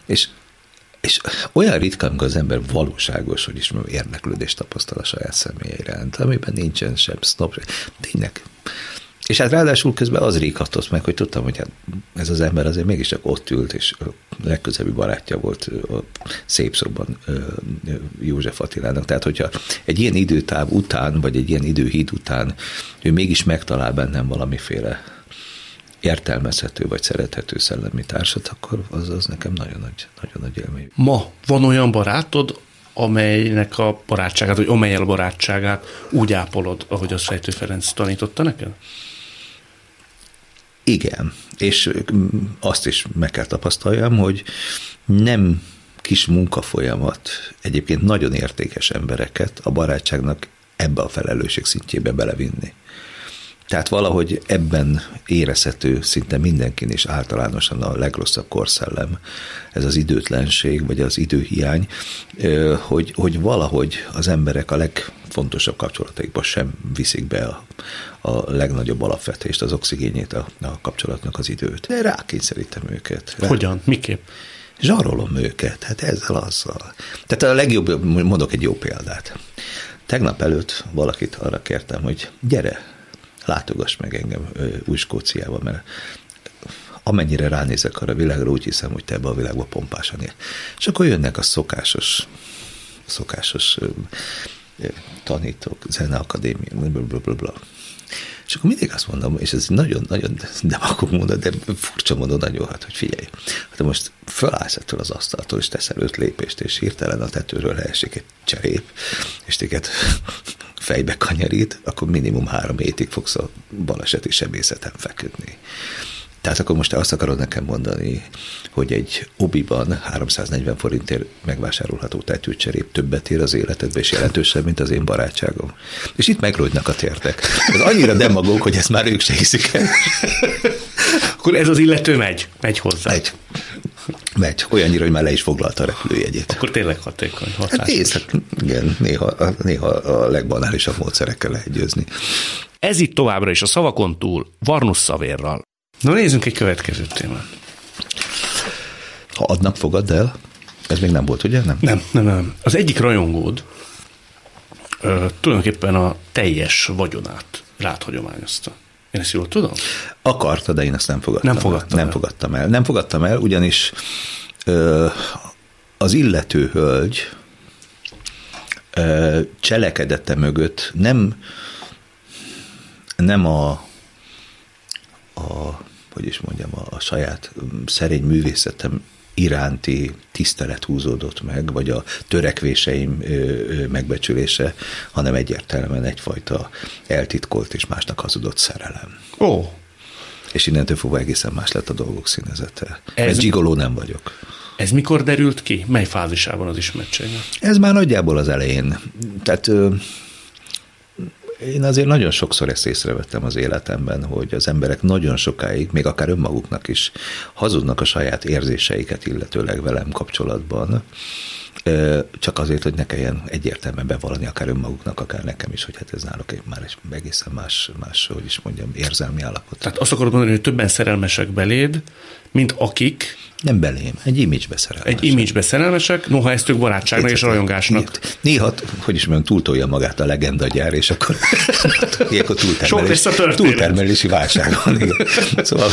És olyan ritkán, amikor az ember valóságos, hogy is érdeklődést tapasztal a saját személye iránt, amiben nincsen sem snob, tényleg. És hát ráadásul közben az ríkatott meg, hogy tudtam, hogy hát ez az ember azért mégiscsak ott ült, és a legközelebbi barátja volt a szép szóban József Attilának. Tehát, hogyha egy ilyen időtáv után, vagy egy ilyen időhíd után ő mégis megtalál bennem valamiféle értelmezhető, vagy szerethető szellemi társat, akkor az nekem nagyon nagy élmény. Ma van olyan barátod, amelynek a barátságát, vagy amellyel a barátságát úgy ápolod, ahogy azt Sejtő Ferenc tanította neked? Igen, és azt is meg kell tapasztaljam, hogy nem kis munkafolyamat egyébként nagyon értékes embereket a barátságnak ebbe a felelősség szintjébe belevinni. Tehát valahogy ebben érezhető szinte mindenkin is általánosan a legrosszabb korszellem, ez az időtlenség, vagy az időhiány, hogy valahogy az emberek a legfontosabb kapcsolataikba sem viszik be a legnagyobb alapvetést, az oxigénjét a kapcsolatnak, az időt. De rákényszerítem őket. Hogyan? Miképp? Zsarolom őket, hát ezzel azzal. Tehát a legjobb, mondok egy jó példát. Tegnap előtt valakit arra kértem, hogy gyere, látogass meg engem Új-Skóciába, mert amennyire ránézek arra a világra, úgy hiszem, hogy te ebbe a világba pompásan él. És akkor jönnek a szokásos tanítók, zeneakadémia, blablabla. És akkor mindig azt mondom, és ez nagyon-nagyon demagóg mondat, de furcsa módon nagyon hát, hogy figyelj, ha most fölállsz ettől az asztaltól, és teszel 5 lépést, és hirtelen a tetőről leesik egy cserép, és téged fejbe kanyarít, akkor minimum 3 hétig fogsz a baleseti sebészeten feküdni. Tehát akkor most te azt akarod nekem mondani, hogy egy obiban 340 forintért megvásárolható tetőcserép többet ér az életedbe, és jelentősebb, mint az én barátságom. És itt megrogynak a térdek. Ez annyira demagóg, hogy ezt már ők se hiszik el. Akkor ez az illető megy hozzá. Megy. Olyannyira, hogy már le is foglalta a repülőjegyét. Akkor tényleg hatékony. Hát igen, néha a legbanálisabb módszerekkel lehet győzni. Ez itt továbbra is a Szavakon túl Varnus Szavérral. Na nézzünk egy következő témát. Ha adnak, fogadd el. Ez még nem volt, ugye? Nem. Az egyik rajongód tulajdonképpen a teljes vagyonát rád hagyományozta. Én ezt jól tudom? Akarta, de én ezt nem fogadtam el. Nem fogadtam el, ugyanis az illető hölgy cselekedete mögött nem a saját szerény művészetem iránti tisztelet húzódott meg, vagy a törekvéseim megbecsülése, hanem egyértelműen egyfajta eltitkolt és másnak hazudott szerelem. Ó. És innentől fogva egészen más lett a dolgok színezete. Mert gigoló nem vagyok. Ez mikor derült ki? Mely fázisában az ismertségnek? Ez már nagyjából az elején. Tehát én azért nagyon sokszor ezt észrevettem az életemben, hogy az emberek nagyon sokáig, még akár önmaguknak is hazudnak a saját érzéseiket illetőleg velem kapcsolatban, csak azért, hogy ne kelljen egyértelműen bevallani akár önmaguknak, akár nekem is, hogy hát ez náluk már egészen más, hogy is mondjam, érzelmi állapot. Tehát azt akarod mondani, hogy többen szerelmesek beléd, mint akik... Nem belém, egy image-be szerelmesek. Egy image-be szerelmesek, noha ezt ők barátságnak és rajongásnak. Néha, hogy is mondjam, túltolja magát a legendagyár, és akkor ilyenkor túltermelési válság van. Igen. Szóval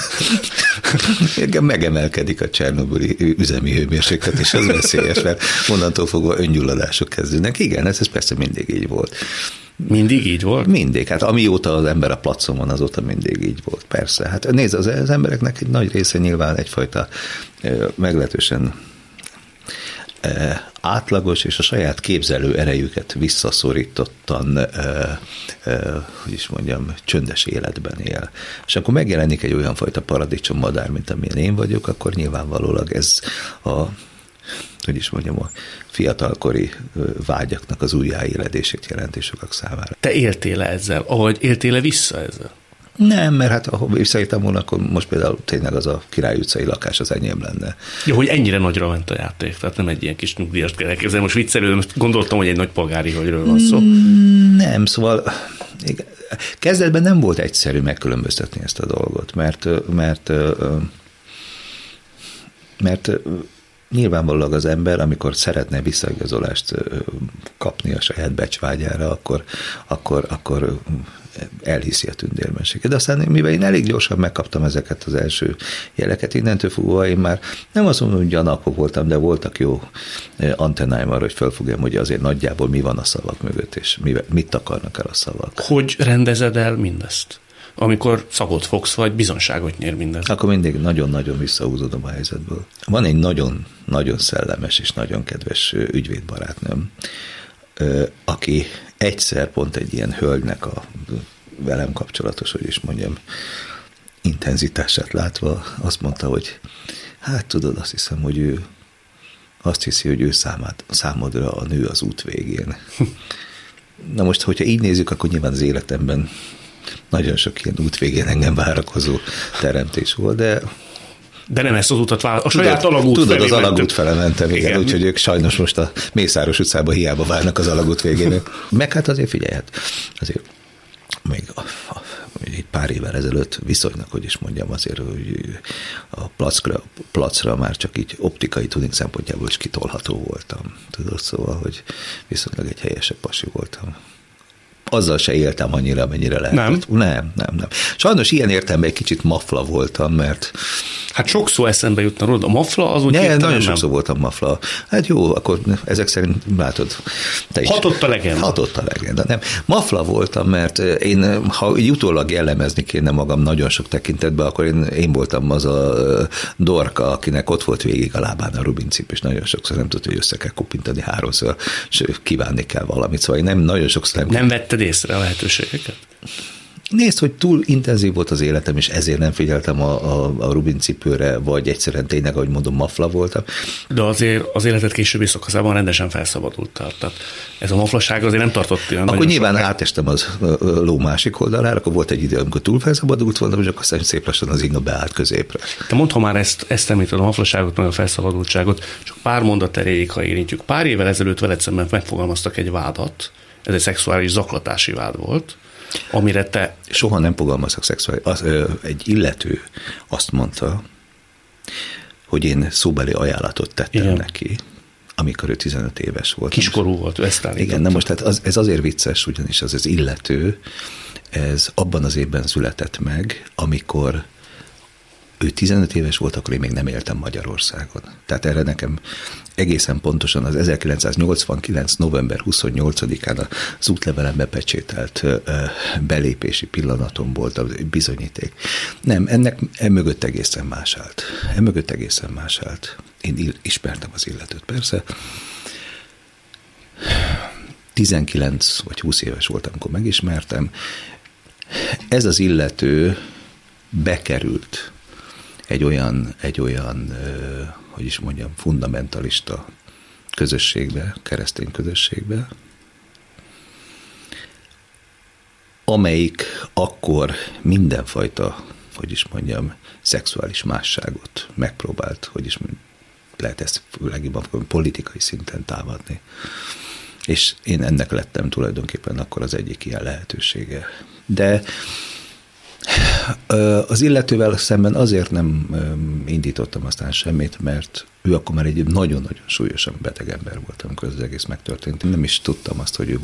megemelkedik a csernobili üzemi hőmérséklet, és ez veszélyes, mert onnantól fogva öngyulladások kezdődnek. Igen, ez persze mindig így volt. Mindig így volt? Mindig. Hát amióta az ember a placon van, azóta mindig így volt. Persze. Hát nézd, az embereknek egy nagy része nyilván egyfajta meglehetősen átlagos és a saját képzelő erejüket visszaszorítottan, hogy is mondjam, csöndes életben él. És akkor megjelenik egy olyan fajta paradicsommadár, mint amilyen én vagyok, akkor nyilvánvalólag ez hogy is mondjam, a fiatalkori vágyaknak az újjáéledését jelenti sokak számára. Te éltél ezzel? Ahogy éltél vissza ezzel? Nem, mert hát ha visszaértem volna, akkor most például tényleg az a Király utcai lakás az enyém lenne. Jó, hogy ennyire nagyra ment a játék, tehát nem egy ilyen kis nyugdíjast kell elképzelni. Most viccelődöm, most gondoltam, hogy egy nagy polgári hölgyről van szó. Nem, szóval igen, kezdetben nem volt egyszerű megkülönböztetni ezt a dolgot, mert nyilvánvalóan az ember, amikor szeretne visszaigazolást kapni a saját becsvágyára, akkor elhiszi a tündérmenséget. De aztán, mivel én elég gyorsan megkaptam ezeket az első jeleket, innentől fogva én már nem azt mondom, hogy gyanakó voltam, de voltak jó antennáim arra, hogy felfogjam, hogy azért nagyjából mi van a szavak mögött, és mit akarnak el a szavak. Hogy rendezed el mindezt? amikor szagot fogsz, vagy bizonságot nyer mindez. Akkor mindig nagyon-nagyon visszahúzódom a helyzetből. Van egy nagyon szellemes és nagyon kedves ügyvédbarátnőm, aki egyszer pont egy ilyen hölgynek a velem kapcsolatos, hogy is mondjam, intenzitását látva azt mondta, hogy hát tudod, azt hiszem, hogy ő azt hiszi, hogy ő számodra a nő az út végén. Na most, hogyha így nézzük, akkor nyilván az életemben nagyon sok ilyen út végén engem várakozó teremtés volt, de nem ezt az utat a saját alagút tudod, felé az alagút fele mentem, igen, úgyhogy ők sajnos most a Mészáros utcában hiába várnak az alagút végén. Meg hát azért figyelj, azért még egy pár évvel ezelőtt viszonylag, hogy is mondjam, azért hogy a placra már csak így optikai tuning szempontjából is kitolható voltam. Tudod, szóval, hogy viszonylag egy helyesebb pasi voltam. Azzal se éltem annyira, amennyire lehetett. Nem. Sajnos ilyen értelemben egy kicsit mafla voltam, mert... Hát sokszor eszembe jutna róla. A mafla az úgy nem, nagyon sokszor voltam mafla. Hát jó, akkor ezek szerint látod. Hatott a legenda. Hatott a legenda. Nem. Mafla voltam, mert én, ha utólag jellemezni kéne magam nagyon sok tekintetben, akkor én voltam az a dorka, akinek ott volt végig a lábán a rubincip, és nagyon sokszor nem tudta, hogy össze kell kopintani háromszor, és kívánni kell valamit. Szóval én nagyon sokszor nem vetted észre a lehetőségeket? Nézd, hogy túl intenzív volt az életem, és ezért nem figyeltem a rubincipőre, vagy egyszerűen tényleg, ahogy mondom, mafla voltam. De azért az életed későbbi szakaszában rendesen felszabadultál. Tehát ez a maflaság azért nem tartott olyan. Akkor nyilván átestem az ló másik oldalára, akkor volt egy idő, amikor túl felszabadult voltam, és akkor aztán szép lassan az inga beállt középre. Te mondd, ha már ezt említed, a maflaságot, meg a felszabadultságot, csak pár mondat erejéig, ha érintjük. Pár évvel ezelőtt veled szemben megfogalmaztak egy vádat, ez egy szexuális zaklatási vád volt, amire te... Soha nem fogalmazok szexuális. Egy illető azt mondta, hogy én szóbeli ajánlatot tettem neki, amikor ő 15 éves volt. Kiskorú volt, ő ezt állított. Igen, na most hát ez azért vicces, ugyanis az illető, ez abban az évben született meg, amikor ő 15 éves volt, akkor én még nem éltem Magyarországon. Tehát erre nekem egészen pontosan az 1989. november 28-án az útlevelembe pecsételt belépési pillanatom volt a bizonyíték. Nem, emögött egészen más állt. Én ismertem az illetőt, persze. 19 vagy 20 éves voltam, amikor megismertem. Ez az illető bekerült egy olyan, hogy is mondjam, fundamentalista közösségbe, keresztény közösségbe, amelyik akkor mindenfajta, hogy is mondjam, szexuális másságot megpróbált, hogy is mondjam, lehet ezt leginkább politikai szinten támadni. És én ennek lettem tulajdonképpen akkor az egyik ilyen lehetősége. De az illetővel szemben azért nem indítottam aztán semmit, mert ő akkor már egy nagyon-nagyon súlyosan beteg ember volt, amikor az egész megtörtént. Én nem is tudtam azt, hogy ő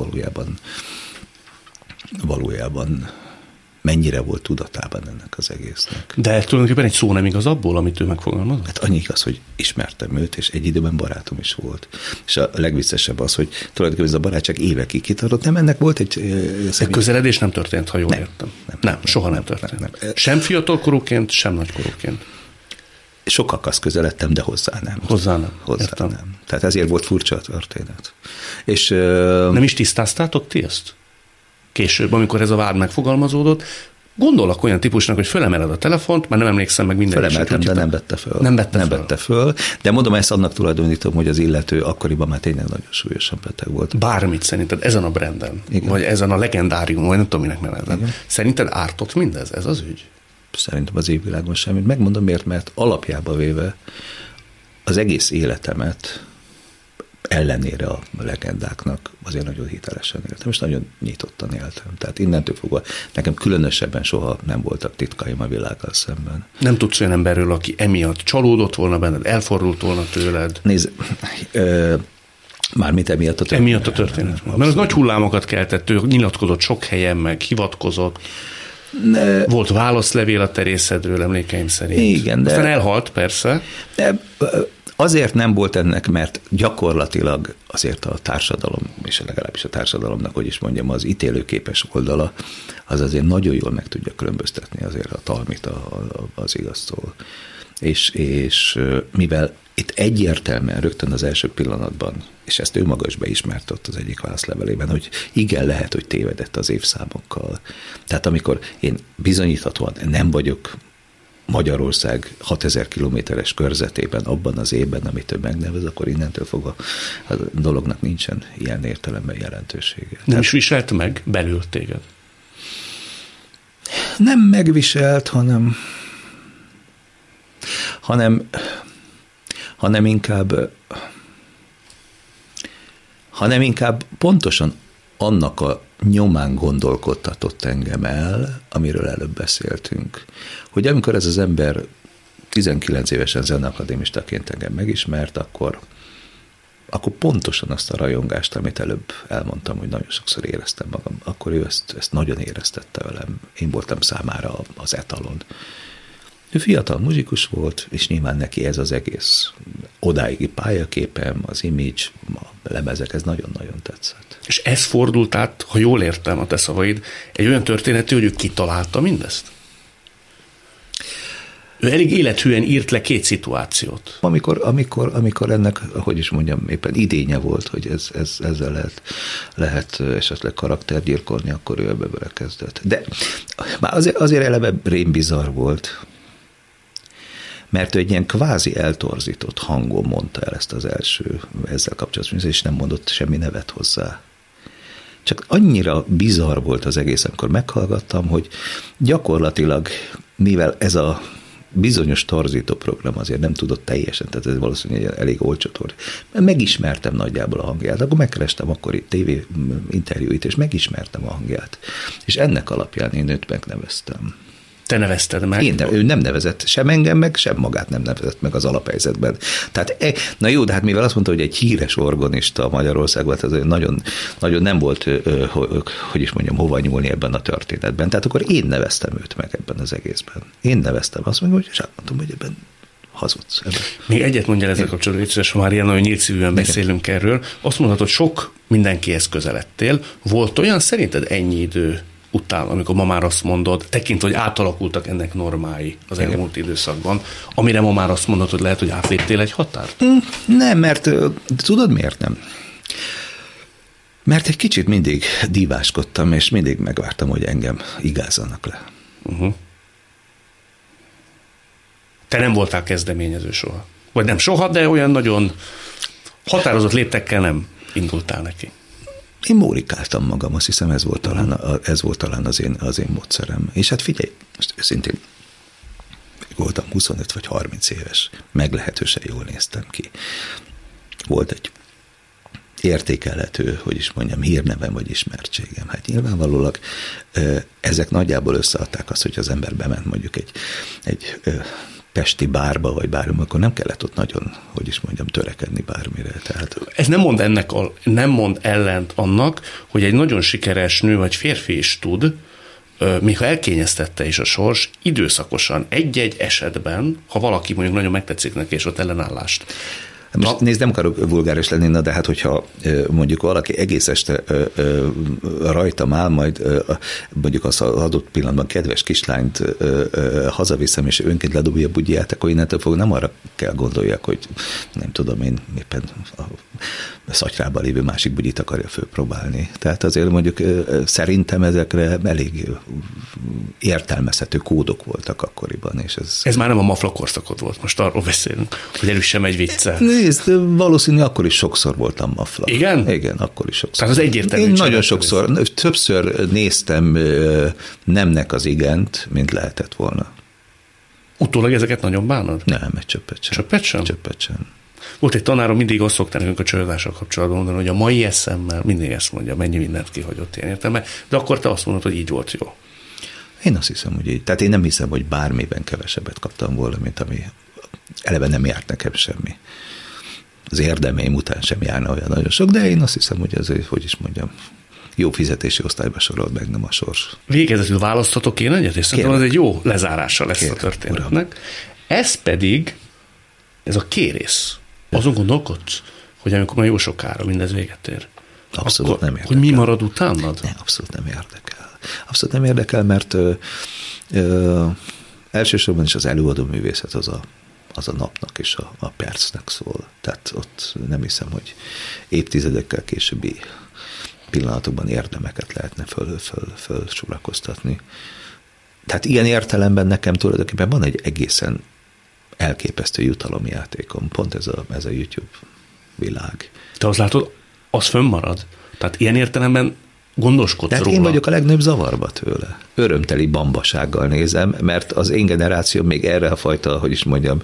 valójában mennyire volt tudatában ennek az egésznek. De tulajdonképpen egy szó nem igaz abból, amit ő megfogalmazott? Hát annyi igaz, hogy ismertem őt, és egy időben barátom is volt. És a legviccesebb az, hogy tulajdonképpen ez a barátság évekig kitartott. Nem, ennek volt egy közeledés nem történt, ha jól értem. Nem, soha nem történt. Nem. Sem fiatalkorúként, sem nagykorúként. Sokakhoz közeledtem, de hozzá nem. Hozzá nem. Tehát ezért volt furcsa a történet. És, nem is tisztáztátok ti ezt? Később, amikor ez a vád megfogalmazódott, gondolok olyan típusnak, hogy fölemeled a telefont, már nem emlékszem meg minden. Felemeltem, de nem vette föl. Nem vette föl. De mondom, ezt annak tulajdonítom, hogy az illető akkoriban már tényleg nagyon súlyosan beteg volt. Bármit szerinted ezen a branden, vagy ezen a legendárium, vagy nem tudom, minek nevezem. Szerinted ártott mindez, ez az ügy? Szerintem az évvilágon semmit. Megmondom miért, mert alapjába véve az egész életemet ellenére a legendáknak azért nagyon hitelesen éltem, és nagyon nyitottan éltem. Tehát innentől fogva nekem különösebben soha nem voltak titkaim a világgal szemben. Nem tudsz olyan emberről, aki emiatt csalódott volna benned, elfordult volna tőled? Nézd, mármint emiatt a történet. Emiatt a történet. Mert az nagy hullámokat keltett, ő nyilatkozott sok helyen, meg hivatkozott. Volt válaszlevél a terészedről, emlékeim szerint. Igen, de... Aztán elhalt, persze. De Azért nem volt ennek, mert gyakorlatilag azért a társadalom, és legalábbis a társadalomnak, hogy is mondjam, az ítélőképes oldala, az azért nagyon jól meg tudja különböztetni azért a talmit az igaztól. És mivel itt egyértelműen rögtön az első pillanatban, és ezt ő maga is beismert ott az egyik válaszlevelében, hogy igen, lehet, hogy tévedett az évszámokkal. Tehát amikor én bizonyíthatóan nem vagyok Magyarország 6000 kilométeres körzetében, abban az évben, amit ő megnevez, akkor innentől fogva a dolognak nincsen ilyen értelemben jelentősége. Nem is viselt meg belül téged? Nem megviselt, hanem inkább pontosan annak a nyomán gondolkodtatott engem el, amiről előbb beszéltünk, hogy amikor ez az ember 19 évesen zeneakadémistaként engem megismert, akkor pontosan azt a rajongást, amit előbb elmondtam, hogy nagyon sokszor éreztem magam, akkor ő ezt nagyon éreztette velem. Én voltam számára az etalon. Ő fiatal muzsikus volt, és nyilván neki ez az egész odáigi pályaképem, az image, a lemezek, ez nagyon-nagyon tetszett. És ez fordult át, ha jól értem a te szavaid, egy olyan történetű, hogy ő kitalálta mindezt? Ő elég élethűen írt le 2 szituációt. Amikor ennek, hogy is mondjam, éppen idénye volt, hogy ezzel lehet esetleg karaktergyilkolni, akkor ő ebbe belekezdett. De már azért eleve rémbizarr volt, mert ő egy ilyen kvázi eltorzított hangon mondta el ezt az első ezzel kapcsolatos, és nem mondott semmi nevet hozzá. Csak annyira bizarr volt az egész, amikor meghallgattam, hogy gyakorlatilag, mivel ez a bizonyos torzító program azért nem tudott teljesen, tehát ez valószínűleg elég olcsó megismertem nagyjából a hangját, akkor megkerestem akkori TV interjúit, és megismertem a hangját. És ennek alapján én őt megneveztem. Te nevezted meg? Ő nem nevezett sem engem meg, sem magát nem nevezett meg az alaphelyzetben. Tehát, na jó, de hát mivel azt mondta, hogy egy híres organista Magyarországban, az nagyon, nagyon nem volt, hogy is mondjam, hova nyúlni ebben a történetben. Tehát akkor én neveztem őt meg ebben az egészben. Én neveztem, azt mondom, és mondtam, hogy ebben hazudsz. Még egyet mondjál ezzel kapcsolatban, és ha már ilyen nagyon nyílt szívűen beszélünk erről. Azt mondhatod, sok mindenkihez közeledtél. Volt olyan szerinted ennyi idő után, amikor ma már azt mondod, tekintve, hogy átalakultak ennek normái az elmúlt időszakban, amire ma már azt mondod, hogy lehet, hogy átléptél egy határt? Nem, mert tudod miért nem? Mert egy kicsit mindig díváskodtam, és mindig megvártam, hogy engem igázzanak le. Uh-huh. Te nem voltál kezdeményező soha? Vagy nem soha, de olyan nagyon határozott léptekkel nem indultál neki? Én mórikáltam magam, azt hiszem ez volt talán az én módszerem. És hát figyelj, most őszintén voltam 25 vagy 30 éves, meglehetősen jól néztem ki. Volt egy értékelhető, hogy is mondjam, hírnevem vagy ismertségem. Hát nyilvánvalólag ezek nagyjából összeadták azt, hogy az ember bement mondjuk egy pesti bárba, vagy bármi, akkor nem kellett ott nagyon, hogy is mondjam, törekedni bármire. Tehát... Ez nem mond ellent annak, hogy egy nagyon sikeres nő vagy férfi is tud, még ha elkényeztette is a sors, időszakosan egy-egy esetben, ha valaki mondjuk nagyon megtetszik neki, és ott ellenállást. Most nézd, nem akarok vulgáris lenni, de hát hogyha mondjuk valaki egész este rajtam áll, majd mondjuk az adott pillanatban kedves kislányt hazaviszem, és önként ledobja a bugyját, akkor innentől fog nem arra kell gondoljak, hogy nem tudom én éppen a szatyrában lévő másik bugyit akarja fölpróbálni. Tehát azért mondjuk szerintem ezekre elég értelmezhető kódok voltak akkoriban. És ez már nem a mafla korszakod volt, most arról beszélünk, hogy elő sem egy viccel. Nézd, valószínű akkor is sokszor voltam mafla. Igen? Igen, akkor is sokszor. Tehát az egyértelmű. Én nagyon sokszor, többször néztem nemnek az igent, mint lehetett volna. Utólag ezeket nagyon bánod? Nem, egy csöppet sem. Csöppet sem? Csöppet sem. Volt egy tanárom, mindig azt szokta nekünk a csalódással kapcsolatban mondani, hogy a mai eszemmel mindig ezt mondja, mennyi mindent kihagyott ilyen értelme, de akkor te azt mondod, hogy így volt jó. Én azt hiszem, hogy így. Tehát én nem hiszem, hogy bármiben kevesebbet kaptam volna, mint ami eleve nem járt nekem semmi. Az érdemeim után sem járna olyan nagyon sok, de én azt hiszem, hogy azért, hogy is mondjam, jó fizetési osztályba sorolt meg, nem a sors. Végezetül választhatok én egyet, és szerintem az egy jó lezárása lesz a történetnek. Uram. Ez pedig, ez a kérész, Azon gondolkodsz, hogy amikor már jó sokára mindez véget ér, abszolút akkor, nem érdekel. hogy mi marad utánad? Nem, abszolút nem érdekel. Abszolút nem érdekel, mert elsősorban is az előadó művészet az a napnak és a percnek szól. Tehát ott nem hiszem, hogy évtizedekkel későbbi pillanatokban érdemeket lehetne fölsorakoztatni. Tehát ilyen értelemben nekem tulajdonképpen van egy egészen elképesztő jutalomjátékom. Pont ez a YouTube világ. Te azt látod, az fönnmarad? Tehát ilyen értelemben gondoskodsz róla? Én vagyok a legnagyobb zavarba tőle. Örömteli bambasággal nézem, mert az én generáció még erre a fajta, hogy is mondjam,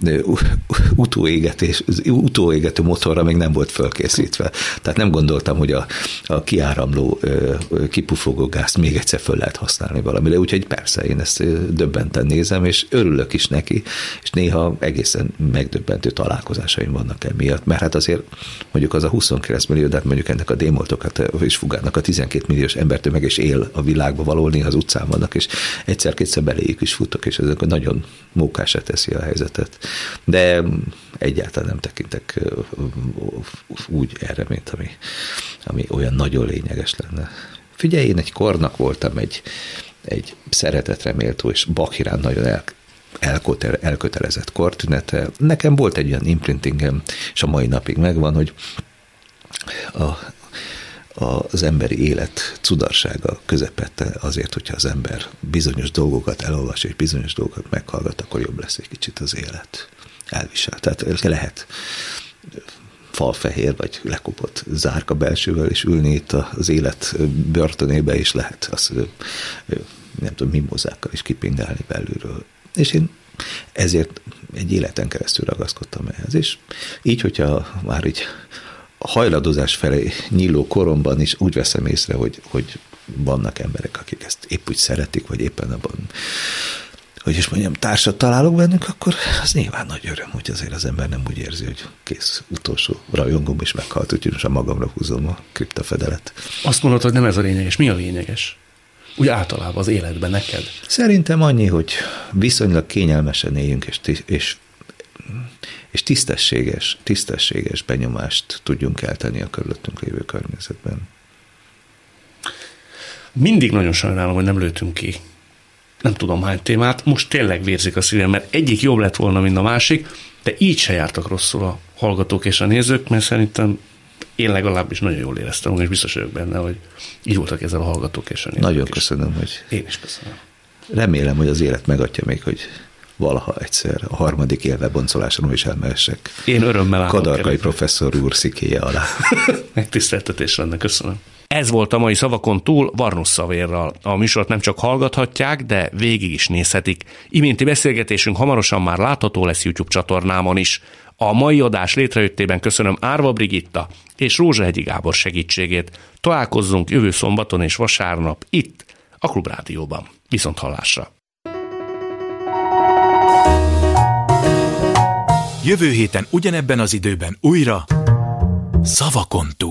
utóégető motorra még nem volt fölkészítve. Tehát nem gondoltam, hogy a kiáramló, kipufogó gázt még egyszer föl lehet használni valamire. Úgyhogy persze én ezt döbbenten nézem, és örülök is neki, és néha egészen megdöbbentő találkozásaim vannak emiatt, mert hát azért mondjuk az a 29 millió, de hát mondjuk ennek a démoltokat és fugárnak a 12 milliós embertömeg is él a világba valahol, néha az utcán vannak, és egyszer-kétszer beléjük is futok, és ez nagyon mókásra teszi a helyzetet. De egyáltalán nem tekintek úgy erre, mint ami olyan nagyon lényeges lenne. Figyelj, én egy kornak voltam egy szeretetre méltó, és Bach iránt nagyon elkötelezett kortünete. Nekem volt egy olyan imprintingem, és a mai napig megvan, hogy az emberi élet cudarsága közepette azért, hogyha az ember bizonyos dolgokat elolvas, és bizonyos dolgokat meghallgat, akkor jobb lesz egy kicsit az élet. Elvisel. Tehát lehet falfehér, vagy lekopott zárka belsővel, és ülni itt az élet börtönébe, és lehet azt, nem tudom, mimózákkal is kipingálni belülről. És én ezért egy életen keresztül ragaszkodtam ehhez. És így, hogyha már így a hajladozás felé nyíló koromban is úgy veszem észre, hogy vannak emberek, akik ezt épp úgy szeretik, vagy éppen abban, hogy is mondjam, társat találok bennük, akkor az nyilván nagy öröm, hogy azért az ember nem úgy érzi, hogy kész, utolsó rajongóm is meghalt, úgyhogy most magamra húzom a kriptafedelet. Azt mondod, hogy nem ez a lényeges. Mi a lényeges? Úgy általában az életben neked? Szerintem annyi, hogy viszonylag kényelmesen éljünk, és tisztességes benyomást tudjunk eltenni a körülöttünk lévő környezetben. Mindig nagyon sajnálom, hogy nem lőttünk ki nem tudom hány témát. Most tényleg vérzik a szívem, mert egyik jobb lett volna, mint a másik, de így se jártak rosszul a hallgatók és a nézők, mert szerintem én legalábbis nagyon jól éreztem, és biztos vagyok benne, hogy így voltak ezzel a hallgatók és a nézők. Nagyon köszönöm, hogy... Én is köszönöm. Remélem, hogy az élet megadja még, hogy valaha egyszer a harmadik élveboncoláson is elmehessek. Én örömmel látom. Kadarkai professzor úr szikéje alá. Megtiszteltetés lenne, köszönöm. Ez volt a mai Szavakon túl Varnusz Szavérral. A műsort nem csak hallgathatják, de végig is nézhetik. Iménti beszélgetésünk hamarosan már látható lesz YouTube csatornámon is. A mai adás létrejöttében köszönöm Árva Brigitta és Rózsahegyi Gábor segítségét. Találkozzunk jövő szombaton és vasárnap itt, a Klubrádióban. Viszonthallásra! Jövő héten ugyanebben az időben újra Szavakon túl.